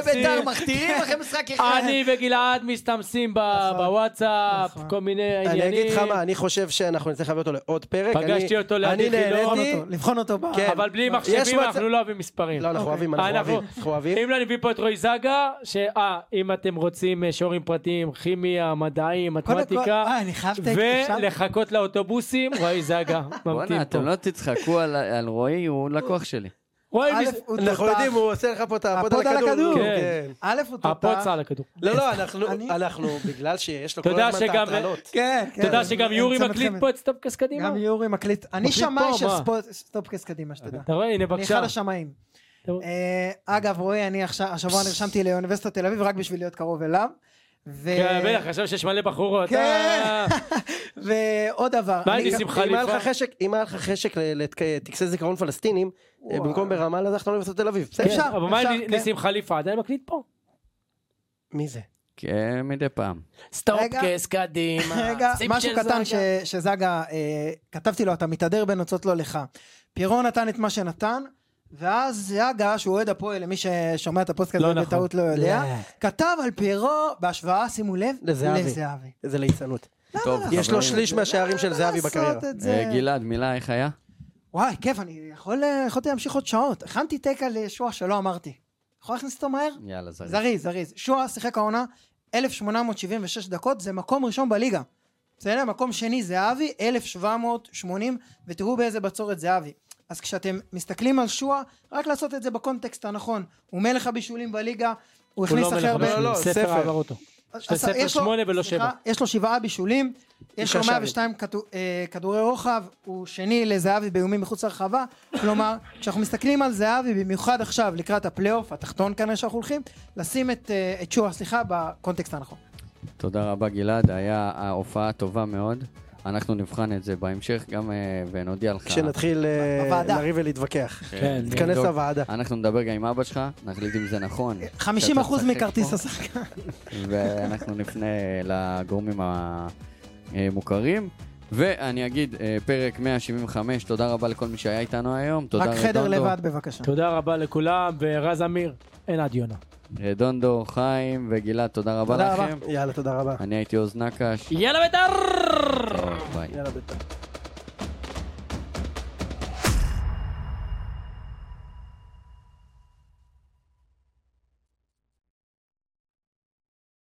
מסתמסים. אני וגלעד מסתמסים בוואטסאפ, כל מיני עניינים. אני אגיד לך מה, אני חושב שאנחנו נצטרך להביא אותו לעוד פרק. פגשתי אותו לידי חילון. לבחון אותו. אבל בלי מחשבים אנחנו לא אוהבים מספרים. לא, אנחנו אוהבים. אם לא נביא פה את רועי זגה, אם אתם רוצים שיעורים פרטיים, כימיה, מדעים, מתמטיקה, ולחכות לאוטובוסים, רועי זגה ממתין פה. אתם לא תצחקו על רועי, הוא לקוח שלי. אנחנו יודעים, הוא עושה לך פה את הפוד על הכדור. הפוץ על הכדור. לא, אנחנו, בגלל שיש לו כל הזמן את ההטרלות. תודה שגם יורי מקליט פה את סטופקס קדימה. גם יורי מקליט. אני שמאי של סטופקס קדימה, שתדע. אתה רואה, הנה בבקשה. אני אחד השמאים. אגב, רועי, אני השבוע נרשמתי לאוניברסיטת תל אביב רק בשביל להיות קרוב אליו. כן, בטח, חשב שיש מלא בחורות. ועוד דבר. אם היה לך חשק לטקסי זיכרון פלסטינים, במקום ברמאללה, אז אנחנו לא נפסות תל אביב. אפשר. אבל מה ניסים חליפה? עדיין מקליט פה? מי זה? כן, מדי פעם. סטופקס, קדימה. רגע, משהו קטן שזגה, כתבתי לו, אתה מתהדר בנוצות לא לך. פיירו נתן את מה שנתן, ואז זגה, שהוא אוהד הפועל, למי ששומע את הפודקאסט הזה בטעות לא יודע, כתב על פיירו בהשוואה, שימו לב, לזהבי. איזה ליצנות. יש לו שליש מהשערים של זהבי בקריירה. גלעד, מילה איך היה? וואי, כיף, אני יכולתי להמשיך עוד שעות. הכנתי תקע לשועה שלא אמרתי. יכול להכניס אותו מהר? יאללה, זריז. שועה שיחק העונה 1876 דקות, זה מקום ראשון בליגה. בסדר? מקום שני זהבי, 1780, ותראו באיזה בצורת זהבי. אז כשאתם מסתכלים על שועה, רק לעשות את זה בקונטקסט הנכון. הוא מלך הבישולים בליגה, הוא הכניס אחר ספר עבר אותו. ספר 8 ולא 7. יש לו 7 בישולים, יש לו 102 כדורי רוחב, הוא שני לזהבי באיומים מחוץ לרחבה. כלומר, כשאנחנו מסתכלים על זהבי, במיוחד עכשיו לקראת הפלייאוף, התחתון כנראה שאנחנו הולכים, לשים את שועה, בקונטקסט הנכון. תודה רבה גלעד, היה ההופעה טובה מאוד. אנחנו נבחן את זה בהמשך גם ונודיע לך. כשנתחיל לריב ולהתווכח. תתכנס לוועדה. אנחנו נדבר גם עם אבא שלך, נחליט אם זה נכון. 50% מכרטיס השחקן. ואנחנו נפנה לגורמים המוכרים. ואני אגיד, פרק 175, תודה רבה לכל מי שהיה איתנו היום. רק חדר לבד בבקשה. תודה רבה לכולם, ורז אמיר, אין עד יונה. רדונדו, חיים וגלעד, תודה רבה לכם. יאללה, תודה רבה. אני הייתי עוז נקש. יאללה בית"ר! ביי. יאללה בית"ר.